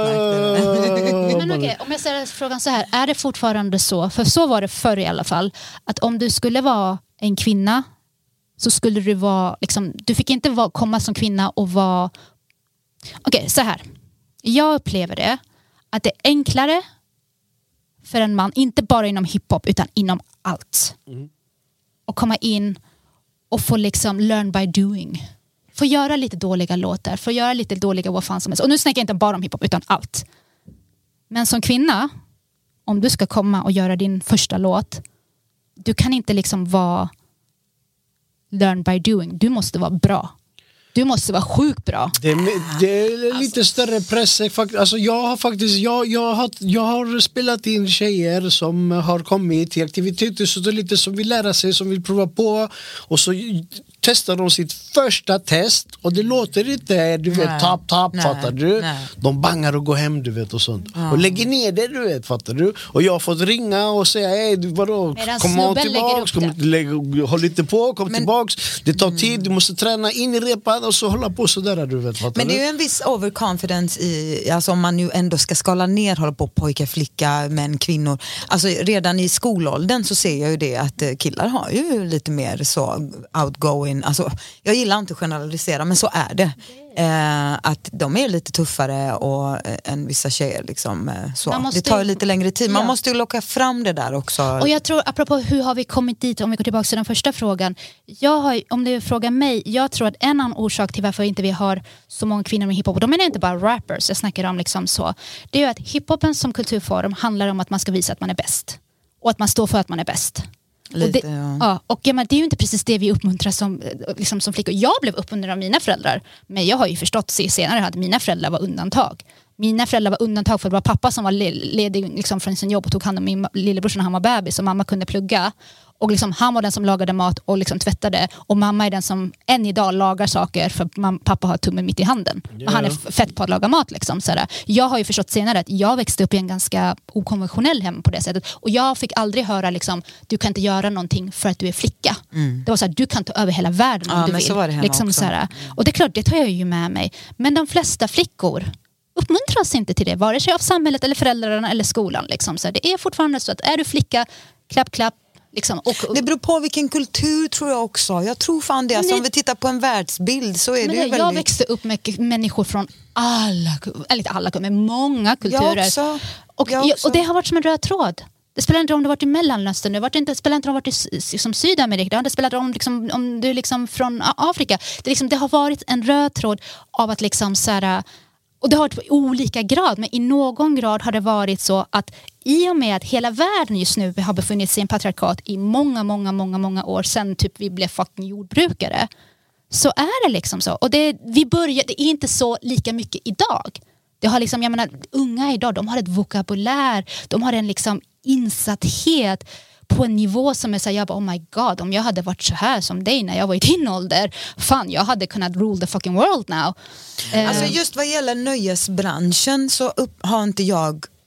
Ja, Men okej, om jag ställer frågan så här, är det fortfarande så, för så var det förr i alla fall, att om du skulle vara en kvinna så skulle du vara liksom, du fick inte vara, komma som kvinna och vara okej, okay, så här. Jag upplever det att det är enklare för en man, inte bara inom hiphop utan inom allt, mm. och komma in och få liksom learn by doing. Få göra lite dåliga låtar, få göra lite dåliga vad fan som helst. Och nu snackar jag inte bara om hiphop utan allt. Men som kvinna, om du ska komma och göra din första låt, du kan inte liksom vara learn by doing. Du måste vara bra. Du måste vara sjukt bra. Det är, det är lite alltså, större press. Alltså jag har faktiskt jag, jag, har, jag har spelat in tjejer som har kommit till aktiviteter, så det är lite som vill lära sig, som vill prova på, och så testar de sitt första test och det låter inte, du vet, tap tap, fattar du? Nej. De bangar och går hem, du vet, och sånt. Mm. Och lägger ner det, du vet, fattar du? Och jag har fått ringa och säga, hej, vadå? Kom on tillbaks, kom, lägg, håll lite på, kom men, tillbaks. Det tar mm. tid, du måste träna in i repan och så hålla på sådär, du vet, fattar men det är du? ju en viss overconfidence i, alltså om man nu ändå ska skala ner, hålla på pojkar, flicka, män, kvinnor. Alltså redan i skolåldern så ser jag ju det att killar har ju lite mer så outgoing. Alltså, jag gillar inte att generalisera, men så är det. Eh, att de är lite tuffare och, eh, än vissa tjejer. Liksom, eh, så. Måste, det tar ju lite längre tid. Man ja. måste ju locka fram det där också. Och jag tror, apropå hur har vi kommit dit, om vi går tillbaka till den första frågan. Jag har, om du frågar mig, jag tror att en annan orsak till varför inte vi har så många kvinnor med hiphop, och de är inte bara rappers, jag snackar om liksom så. Det är ju att hiphopen som kulturform handlar om att man ska visa att man är bäst. Och att man står för att man är bäst. Lite, och det, ja. Ja, och ja, men det är ju inte precis det vi uppmuntrar som, liksom, som flickor. Jag blev uppmuntrad av mina föräldrar, men jag har ju förstått senare att mina föräldrar var undantag. Mina föräldrar var undantag för det var pappa som var ledig liksom, från sin jobb och tog hand om min lillebror när han var bebis, och mamma kunde plugga. Och liksom, han var den som lagade mat och liksom tvättade, och mamma är den som än idag lagar saker för mamma, pappa har tummen mitt i handen. Yeah. Och han är fett på att laga mat. Liksom, sådär. Jag har ju förstått senare att jag växte upp i en ganska okonventionell hem på det sättet. Och jag fick aldrig höra liksom, du kan inte göra någonting för att du är flicka. Mm. Det var så här, du kan ta över hela världen om ja, du men vill. Så var det hemma liksom, också. Sådär. Och det är klart, det tar jag ju med mig. Men de flesta flickor uppmuntras inte till det, vare sig av samhället eller föräldrarna eller skolan. Liksom. Så det är fortfarande så att är du flicka, klapp, klapp. Liksom, och, och, det beror på vilken kultur, tror jag också. Jag tror fan det. Alltså, det om vi tittar på en världsbild så är det, det väldigt... Jag växte upp med människor från alla, eller inte alla, men många kulturer. Jag också. Och, jag också. och det har varit som en röd tråd. Det spelar inte om du varit i Mellanöstern, det varit inte, spelar inte om du varit i liksom, Sydamerika, det spelar om, liksom, om du är liksom från Afrika. Det, liksom, det har varit en röd tråd av att liksom så här, och det har varit på olika grad, men i någon grad har det varit så att i och med att hela världen just nu har befunnit sig i en patriarkat i många, många, många, många år sedan typ vi blev fucking jordbrukare, så är det liksom så. Och det, vi börjar, det är inte så lika mycket idag. Det har liksom, jag menar, unga idag, de har ett vokabulär, de har en liksom insatthet på en nivå som är så här, jag bara, oh my god, om jag hade varit så här som dig när jag var i din ålder, fan, jag hade kunnat rule the fucking world now. Alltså just vad gäller nöjesbranschen så upp, har inte jag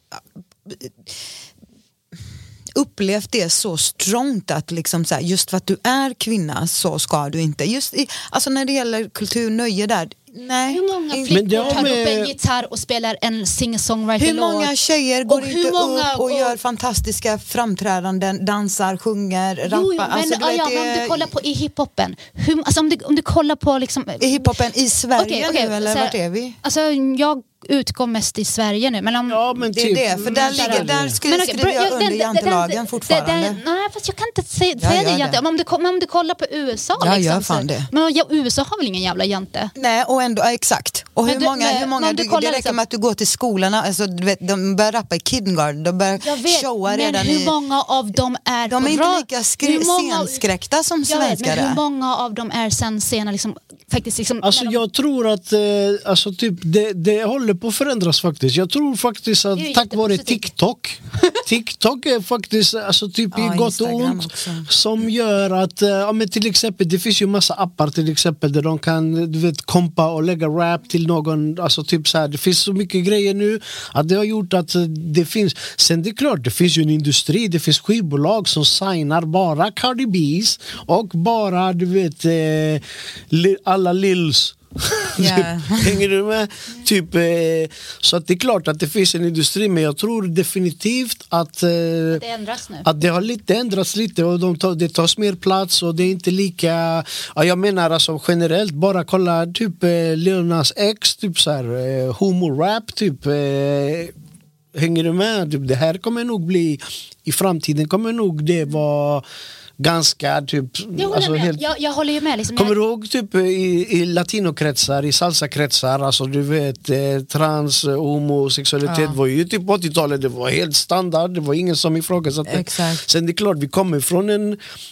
upplevt det så strångt att liksom så här, just för att du är kvinna så ska du inte. Just i, alltså när det gäller kulturnöje där, nej. Hur många inte. flickor tar med... upp en gitarr och spelar en singer-songwriter-låt? Hur många tjejer går och inte många, upp och, och gör fantastiska framträdanden, dansar, sjunger, rappar? Jo, jo, men, alltså, du ja, vet, ja, det... men om du kollar på i hiphopen, hur, alltså om du, om du kollar på liksom... I hiphopen i Sverige okay, okay, nu, eller här, vart är vi? Alltså jag utgår mest i Sverige nu. Men om, ja, men det är typ, det, för där, ligger, där skulle men, okay, skriva jag under jantelagen fortfarande. Den, den, nej, fast jag kan inte säga, säga det, jante. Om du, om du kollar på U S A ja, liksom, gör fan det. Men ja, U S A har väl ingen jävla jante? Nej, och ändå, ja, exakt. Och hur du, många, nej, hur många du, det räcker liksom, med att du går till skolorna, alltså, du vet, de börjar rappa i kindergarten, de börjar jag vet, showa men redan hur i... många av dem är de är inte lika skri- många, scenskräckta som svenskar. Men hur många av dem är sen sena liksom, faktiskt liksom, alltså de... jag tror att eh, alltså, typ, det, det håller på att förändras faktiskt. Jag tror faktiskt att tack vare TikTok TikTok är faktiskt alltså, typ ja, i gott och ont också. Som gör att eh, ja, men till exempel det finns ju massa appar till exempel där de kan du vet, kompa och lägga rap till någon, alltså typ så här, det finns så mycket grejer nu att det har gjort att det finns, sen det är klart det finns ju en industri, det finns skivbolag som signar bara Cardi B's och bara du vet eh, li, alla Lils. Yeah. Hänger du med? Typ, eh, så att det är klart att det finns en industri, men jag tror definitivt att, eh, att, det, ändras nu. att det har lite ändrats lite och de tar, det tas mer plats och det är inte lika, ja, jag menar alltså generellt, bara kolla typ eh, Lil Nas X, typ så här, eh, homo-rap typ, eh, hänger du med? Typ, det här kommer nog bli, i framtiden kommer nog det vara ganska typ jag alltså, helt, jag, jag håller ju med liksom, kommer jag... du ihåg typ i, i latinokretsar, i salsakretsar, alltså du vet eh, trans, homosexualitet ja. Var ju typ på åttiotalet, det var helt standard, det var ingen som ifrågasatte. Exakt. Sen det är klart, vi kommer från en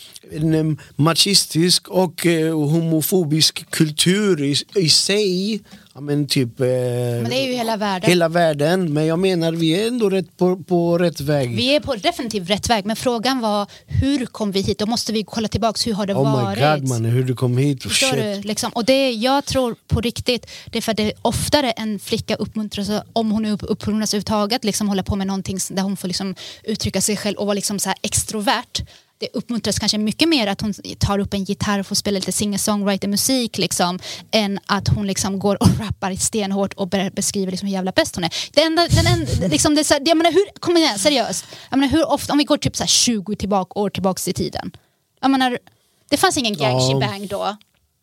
en machistisk och eh, homofobisk kultur i, i sig. Ja, men typ, eh, men det är ju hela världen. Hela världen, men jag menar vi är ändå rätt på, på rätt väg. Vi är på definitivt rätt väg, men frågan var hur kom vi hit? Då måste vi kolla tillbaks, hur har det oh varit? Oh my god man, hur du kom hit. Oh, shit. Du, liksom, och det jag tror på riktigt, det är för att det är oftare en flicka uppmuntras, om hon är uppmuntras överhuvudtaget, liksom hålla på med någonting där hon får liksom uttrycka sig själv och vara liksom så här extrovert. Det uppmuntras kanske mycket mer att hon tar upp en gitarr och får spela lite singer-songwriter-musik liksom, än att hon liksom går och rappar stenhårt och beskriver liksom hur jävla bäst hon är. Det enda, den enda, liksom, det är så här, jag menar, hur, kom igen, seriöst. Jag menar, hur ofta, om vi går typ så här tjugo tillbaka, år tillbaka i tiden. Jag menar, det fanns ingen gang bang då.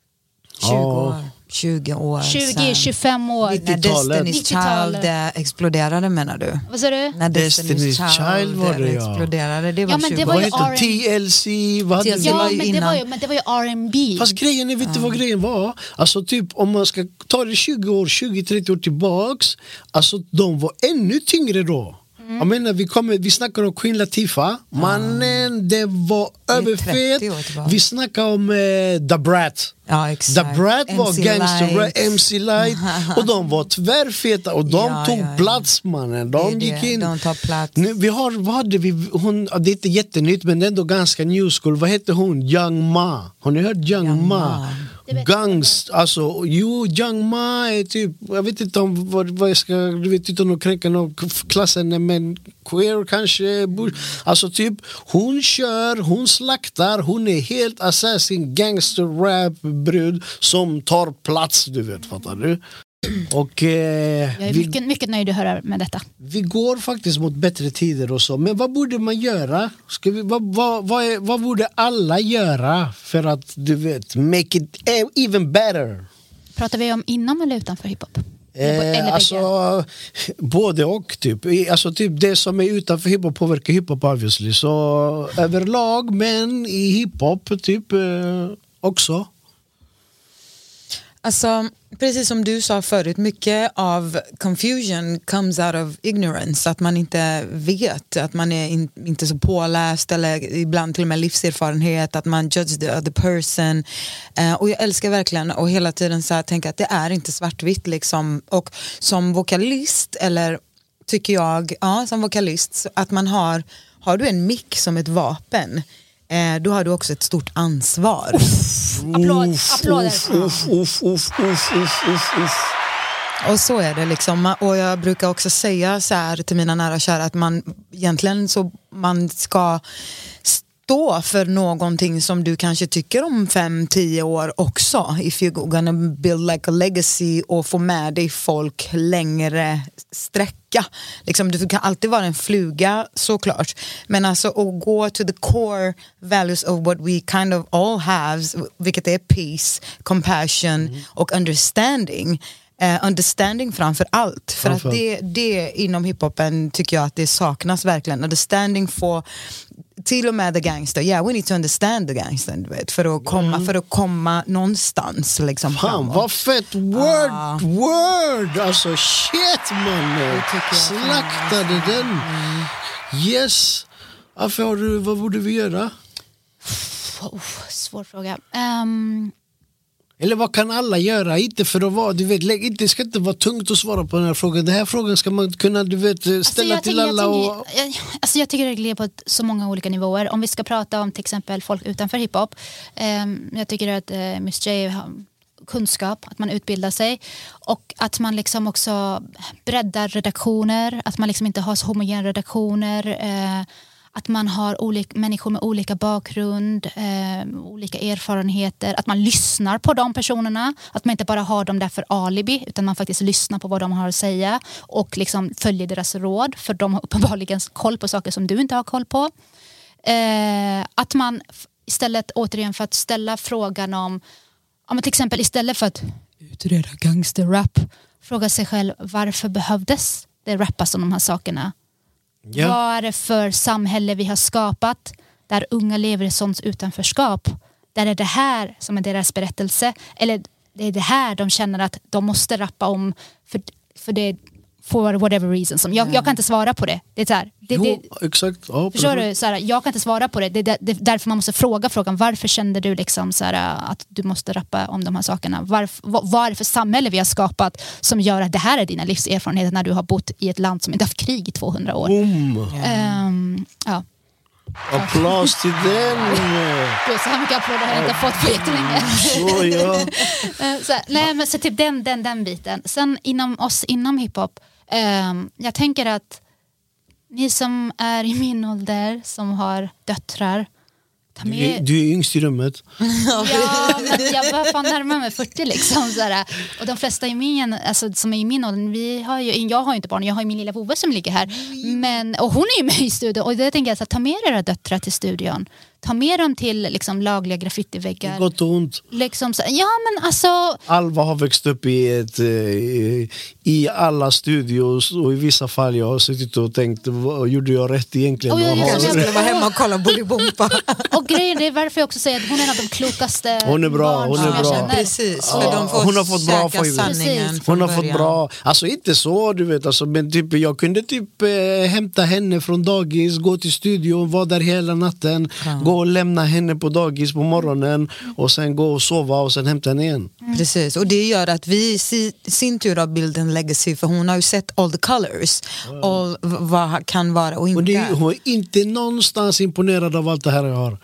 tjugo år. tjugo år tjugo, tjugofem år. När Destiny's Child exploderade, menar du? Vad sa du? När Destiny's Child var det, ja. exploderade, det var ja, men det var ju R and B. T L C, vad hade ja, det men, det var ju, men det var ju R and B. Fast grejen är, vet du ja. vad grejen var? Alltså typ, om man ska ta det tjugo år, tjugo trettio år tillbaks, alltså de var ännu tyngre då. Mm. Jag menar, vi, kommer, vi snackar om Queen Latifah. Ja. Mannen, det var överfet. Vi snackar om eh, The Brat. Ja, exakt. The Brat var gangster, M C Light. Och de var tvärfeta. Och de ja, tog ja, ja. plats, mannen. De det, gick in. De tar plats. Nu, vi har, vad hade vi? Hon, det är inte jättenytt, men ändå ganska new school. Vad heter hon? Young Ma. Har ni hört Young, Young Ma? Ma. Gangs, alltså, jo, Young Ma är typ, jag vet inte om vad, vad jag ska, du vet inte om de kränker någon klassen, men queer kanske, alltså typ, hon kör, hon slaktar, hon är helt assassin, gangster, rap, brud som tar plats, du vet, fattar du? Och, eh, jag är mycket, vi, mycket nöjd att höra med detta. Vi går faktiskt mot bättre tider och så. Men vad borde man göra? Ska vi, vad, vad, vad, är, vad borde alla göra för att, du vet, make it even better? Pratar vi om inom eller utanför hiphop? Eh, alltså, både och typ. Alltså typ det som är utanför hiphop påverkar hiphop obviously. Så överlag, men i hiphop typ eh, också. Alltså, precis som du sa förut, mycket av confusion comes out of ignorance, att man inte vet, att man är in, inte så påläst eller ibland till och med livserfarenhet, att man judge the other person. Eh, och jag älskar verkligen att hela tiden så här tänka att det är inte svartvitt liksom. Och som vokalist, eller tycker jag, ja, som vokalist, att man har, har du en mick som ett vapen, Eh, då har du också ett stort ansvar. Uff, applåd, applåder. Uff, uff, uff, uff, uff, uff. Och så är det liksom. Och jag brukar också säga så här till mina nära och kära att man egentligen så man ska stå för någonting som du kanske tycker om fem, tio år också. If you're gonna build like a legacy och få med dig folk längre sträcka. Liksom, du kan alltid vara en fluga såklart. Men alltså att gå to the core values of what we kind of all have, vilket är peace, compassion mm. och understanding. Uh, understanding framför allt. För framför. att det, det inom hiphopen tycker jag att det saknas verkligen. Understanding for till och med the gangster. Yeah, we need to understand the gangster, du vet, för att komma mm. för att komma någonstans liksom. Fan, vad fett word ah. word. Alltså shit man. Slaktade den. Mm. Yes. Varför har du, vad borde vi göra? Oh, svår fråga. Um... Eller vad kan alla göra? Inte för att vara, du vet, det ska inte vara tungt att svara på den här frågan. Den här frågan ska man kunna, du vet, ställa alltså till tänker, alla. Och... Jag, tänker, jag, alltså jag tycker det ligger på så många olika nivåer. Om vi ska prata om till exempel folk utanför hiphop. Eh, jag tycker att eh, Miss J har kunskap, att man utbildar sig. Och att man liksom också breddar redaktioner. Att man liksom inte har så homogena redaktioner. Eh, Att man har olika, människor med olika bakgrund, eh, olika erfarenheter. Att man lyssnar på de personerna. Att man inte bara har dem där för alibi, utan man faktiskt lyssnar på vad de har att säga. Och liksom följer deras råd, för de har uppenbarligen koll på saker som du inte har koll på. Eh, att man istället, återigen, för att ställa frågan om... Ja, men till exempel istället för att utreda gangsterrap, fråga sig själv, varför behövdes det rappas om de här sakerna? Yeah. Vad är det för samhälle vi har skapat där unga lever i sånt utanförskap? Där är det här som är deras berättelse? Eller det är det här de känner att de måste rappa om för, för det for whatever reason. Som jag, jag kan inte svara på det. Det är så här, det, jo, det, exakt. Ja, förstår du? Så här, jag kan inte svara på det. Det är det, det, därför man måste fråga frågan. Varför kände du liksom så här, att du måste rappa om de här sakerna? Varf, vad, vad är det för samhälle vi har skapat som gör att det här är dina livserfarenheter när du har bott i ett land som inte haft krig i tvåhundra år? Mm. Um, ja. Applaus till den! Du, så här mycket applåder har jag inte fått på jättelänge. Så, ja. så, nej, men så typ den, den, den biten. Sen inom oss, inom hiphop, um, jag tänker att ni som är i min ålder, som har döttrar, ta med... du, du är yngst i rummet. Ja, men jag börjar fan närma mig fyrtio liksom. Sådär. Och de flesta i min, alltså, som är i min ålder, vi har ju, jag har ju inte barn, jag har ju min lilla vovve som ligger här. Men, och hon är ju med i studion. Och det tänker jag, så, ta med era döttrar till studion. Ta med dem till liksom, lagliga graffitiväggar. Gott och ont. Liksom, så, ja, men alltså... Alva har växt upp i, ett, i, i alla studios, och i vissa fall jag har suttit och tänkt, vad gjorde jag rätt egentligen? Och jag kanske skulle vara hemma och kolla Bolibompa. Och grejen, det är varför jag också säger att hon är en av de klokaste. Hon är bra, hon är bra. Precis, ja, för de får hon har fått bra sanningen. Hon har fått bra, alltså inte så, du vet, alltså, men typ, jag kunde typ eh, hämta henne från dagis, gå till studion, vara där hela natten, ja. gå och lämna henne på dagis på morgonen och sen gå och sova och sen hämta henne igen. Mm. Precis, och det gör att vi i sin tur har bildat en legacy, för hon har ju sett all the colors, mm. all vad kan vara och inte. Och det, hon är inte någonstans imponerad av allt det här jag har.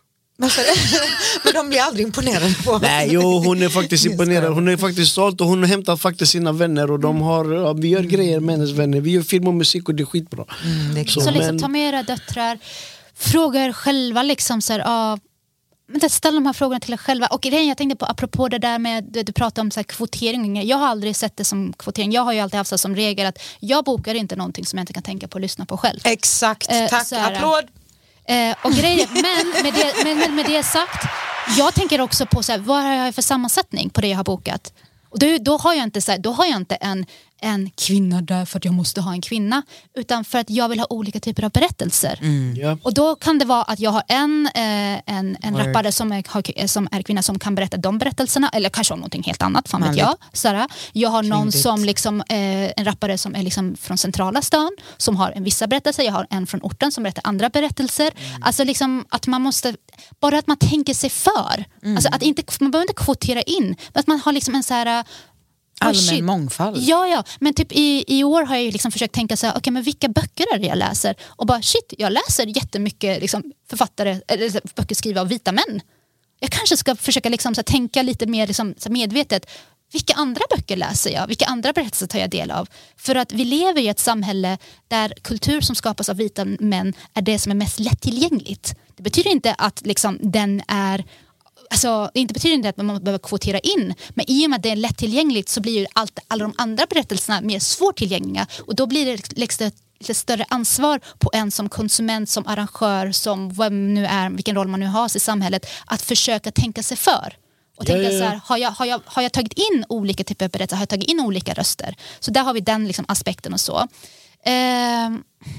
Men de blir aldrig imponerade på. Nej, jo, hon är faktiskt imponerad. Hon är faktiskt stolt och hon har hämtat faktiskt sina vänner och de har, ja, vi gör grejer med hennes vänner. Vi gör film och musik och det är skitbra. Mm, det är så, så liksom, men... ta med era döttrar, fråga er själva liksom så här, ah, men ställ de här frågorna till er själva. Och det jag tänkte på, apropå det där med du, du pratar om så här, kvotering. Jag har aldrig sett det som kvotering. Jag har ju alltid haft så som regel att jag bokar inte någonting som jag inte kan tänka på att lyssna på själv. Exakt, eh, tack, här, applåd. Eh, och grejer, men med det, med, med det sagt, jag tänker också på så här, vad har jag för sammansättning på det jag har bokat. Och då, då har jag inte så här, då har jag inte en, en kvinna där för att jag måste ha en kvinna, utan för att jag vill ha olika typer av berättelser. Mm. Yeah. Och då kan det vara att jag har en, eh, en, en rappare som är, som är kvinna som kan berätta de berättelserna, eller kanske om någonting helt annat, fan vet jag. Såhär. Jag har någon Klindigt. som liksom, eh, en rappare som är liksom från centrala stan, som har en vissa berättelser. Jag har en från orten som berättar andra berättelser. Mm. Alltså liksom att man måste, bara att man tänker sig för. Mm. Alltså att inte, man behöver inte kvotera in, men att man har liksom en så här allmän mångfald. Ja, ja. Men typ i, i år har jag liksom försökt tänka så här, okej, okay, men vilka böcker är det jag läser? Och bara, shit, jag läser jättemycket liksom, författare, eller böcker skrivna av vita män. Jag kanske ska försöka liksom, så här, tänka lite mer liksom, så här, medvetet. vilka andra böcker läser jag? Vilka andra berättelser tar jag del av? För att vi lever i ett samhälle där kultur som skapas av vita män är det som är mest lättillgängligt. Det betyder inte att liksom, den är... Alltså, det inte betyder inte att man behöver kvotera in, men i och med att det är lättillgängligt så blir ju allt, alla de andra berättelserna mer svårtillgängliga, och då blir det liksom lite större ansvar på en som konsument, som arrangör, som vem nu är, vilken roll man nu har i samhället, att försöka tänka sig för. Och tänka ja, ja, ja. så här, har jag, har, jag, har jag tagit in olika typer av berättelser, har jag tagit in olika röster? Så där har vi den liksom aspekten och så. Eh,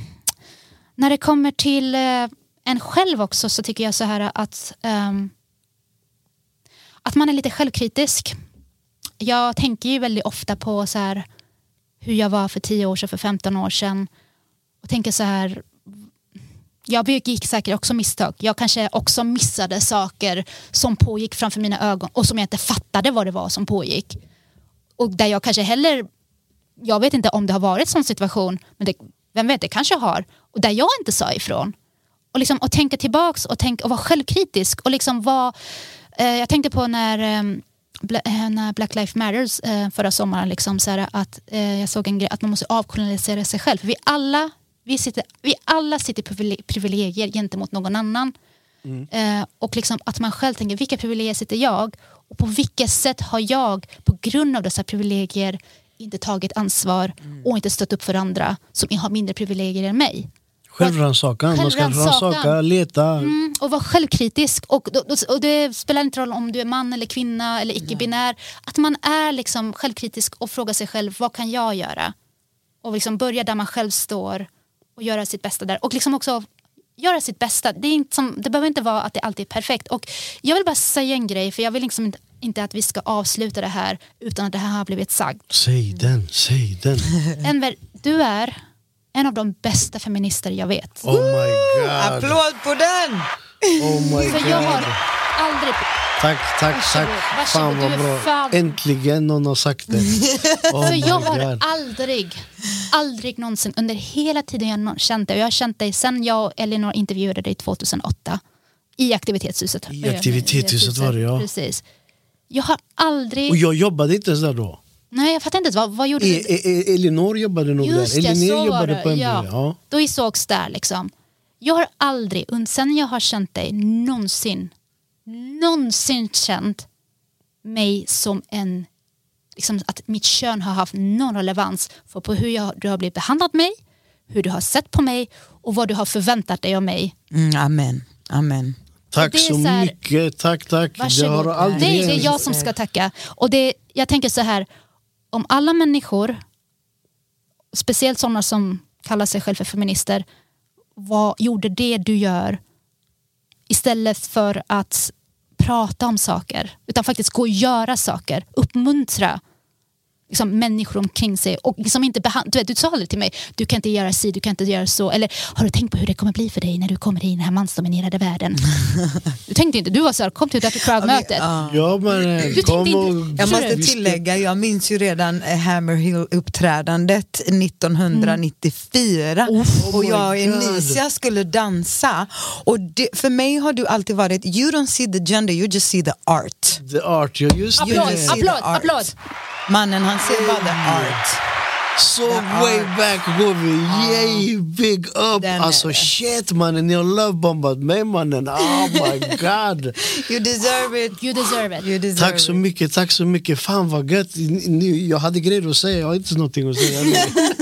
när det kommer till eh, en själv också, så tycker jag så här att eh, att man är lite självkritisk. Jag tänker ju väldigt ofta på så här, hur jag var för tio år sedan, för femton år sedan. Och tänker så här, jag begick säkert också misstag. Jag kanske också missade saker som pågick framför mina ögon och som jag inte fattade vad det var som pågick. Och där jag kanske heller, jag vet inte om det har varit sån situation, men det, vem vet, det kanske har. Och där jag inte sa ifrån. Och liksom att tänka tillbaks och, tänka, och vara självkritisk och liksom vara... Jag tänkte på när, när Black Lives Matters förra sommaren, liksom, så här, att jag såg en grej att man måste avkolonialisera sig själv. För vi alla, vi sitter, vi alla sitter i privilegier gentemot någon annan. Mm. Och liksom att man själv tänker, vilka privilegier sitter jag? Och på vilket sätt har jag på grund av dessa privilegier inte tagit ansvar mm. och inte stått upp för andra som har mindre privilegier än mig? Självrannsakan, man ska rannsaka, leta. Mm, och vara självkritisk. Och, och, och det spelar inte roll om du är man eller kvinna eller icke-binär. Att man är liksom självkritisk och frågar sig själv, vad kan jag göra? Och liksom börja där man själv står och göra sitt bästa där. Och liksom också göra sitt bästa. Det, är inte som, det behöver inte vara att det alltid är perfekt. Och jag vill bara säga en grej, för jag vill liksom inte, inte att vi ska avsluta det här utan att det här har blivit sagt. Säg den, säg den. Enver, du är... en av de bästa feminister jag vet. Oh my god. Applåd på den! Oh my För god. jag har aldrig... Tack, tack, tack. Varsågod, Fan vad bra. Fan. Äntligen någon har sagt det. Oh För jag har god. aldrig, aldrig någonsin under hela tiden jag känt dig, och jag har känt dig sen jag och Elinor intervjuade dig tjugohundraåtta i aktivitetshuset. I aktivitetshuset var det, ja. Precis. Jag har aldrig... Och jag jobbade inte ens där då. Nej, jag fattar inte. Vad, vad gjorde e- du? E- Elinor jobbade nog Just där. det, Elinor så jobbade var på det. M B. Ja. Ja. Då vi sågs där liksom. Jag har aldrig, sen jag har känt dig, någonsin, någonsin känt mig som en, liksom att mitt kön har haft någon relevans för på hur jag, du har blivit behandlat mig, hur du har sett på mig och vad du har förväntat dig av mig. Mm, amen, amen. Tack så, så här, mycket, tack, tack. Varsågod. Det, har aldrig det, det är jag som ska tacka. Och det, jag tänker så här, om alla människor, speciellt sådana som kallar sig själv för feminister, vad gjorde det du gör istället för att prata om saker, utan faktiskt gå och göra saker, uppmuntra liksom människor omkring sig och liksom inte behandla, du vet, du sa aldrig till mig, du kan inte göra si, du kan inte göra så, eller har du tänkt på hur det kommer bli för dig när du kommer i den här mansdominerade världen? Du tänkte inte, du var så här, kom till det crowd-mötet. Ja, men du kom inte, och, jag måste tillägga, jag minns ju redan Hammerhill-uppträdandet nittonhundranittiofyra mm. oh och jag och Enicia skulle dansa, och det, för mig har du alltid varit, you don't see the gender, you just see the art. The art, ja, just applåd, det. Applåd, applåd. Mannen, han ser bara the art. Så so way art. Back går vi. Yay, big up. Den alltså shit mannen, ni har lovebombat mig mannen. Oh my god. You deserve it. You deserve it. You deserve tack så it. mycket, tack så mycket. Fan vad gött. Jag hade grejer att säga, jag har inte någonting att säga.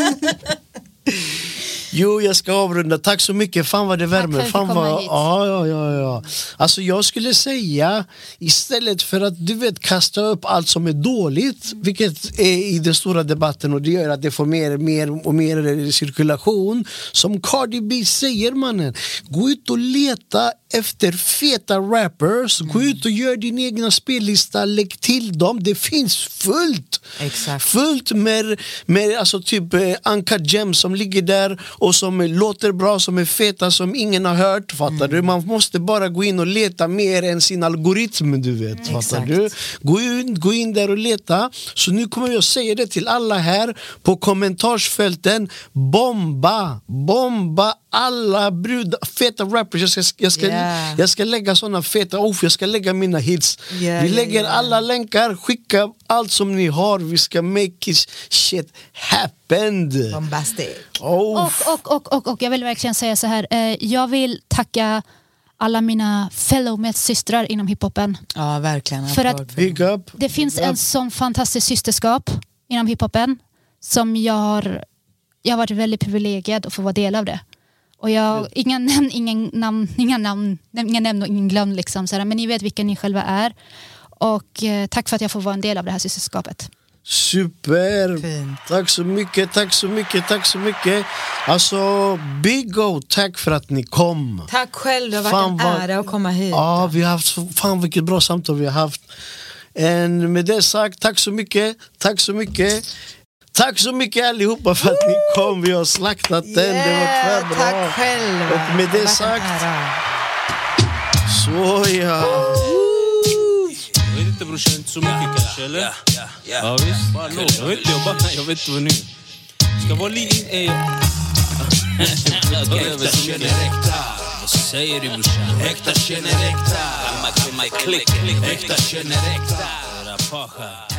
Jo, jag ska avrunda. Tack så mycket. Fan vad det värmer. Fan vad... ja, ja, ja, ja. Alltså jag skulle säga, istället för att du vet kasta upp allt som är dåligt, vilket är i den stora debatten och det gör att det får mer, mer och mer cirkulation, som Cardi B säger mannen, gå ut och leta efter feta rappers, mm. gå ut och gör din egna spellista, lägg till dem, det finns fullt. Exakt. Fullt med, med alltså typ eh, Anka Gem som ligger där och som låter bra, som är feta, som ingen har hört, fattar mm. du? Man måste bara gå in och leta mer än sin algoritm, du vet, mm. fattar Exakt. du? Gå in, gå in där och leta. Så nu kommer jag säga det till alla här på kommentarsfälten, bomba, bomba alla brudar, feta rappers. Jag ska, jag ska, Yeah. jag ska lägga såna feta, oh, jag ska lägga mina hits. Yeah, vi lägger yeah, yeah. alla länkar, skicka allt som ni har. Vi ska make it shit happen. Bombastic. Oh. Och, och, och, och, och jag vill verkligen säga så här. Eh, jag vill tacka alla mina fellow medsystrar inom hiphopen. Ja, verkligen. För att Big up. det finns Big up. en sån fantastisk systerskap inom hiphopen som jag har, jag har varit väldigt privilegierad att få vara del av det. Och jag, inga namn, ingen namn, inga namn, inga nämn och ingen glöm liksom, sådär, men ni vet vilka ni själva är. Och eh, tack för att jag får vara en del av det här systerskapet. Super, Fint. tack så mycket, tack så mycket, tack så mycket. Alltså, Big O, tack för att ni kom. Tack själv, det har varit Fan, en vad- ära att komma hit. Ja, vi har haft, fan vilket bra samtal vi har haft. And med det sagt, tack så mycket, tack så mycket. Tack så mycket allihopa för att ni kom, vi har slaktat den, det var Yeah, tvärbra. tack själv. Och med har det varit en sagt, ära. så ja. Jag vet inte brorsan, inte så mycket kanske eller? Ja, ja, ja. Ja visst, bara något. Jag vet inte, jag bara, jag vet inte vad nu. Ska vara lite... Eh, Äkta känner äkta. Vad säger du brorsan? Äkta känner äkta. My, my click. Äkta känner äkta. Rappaha.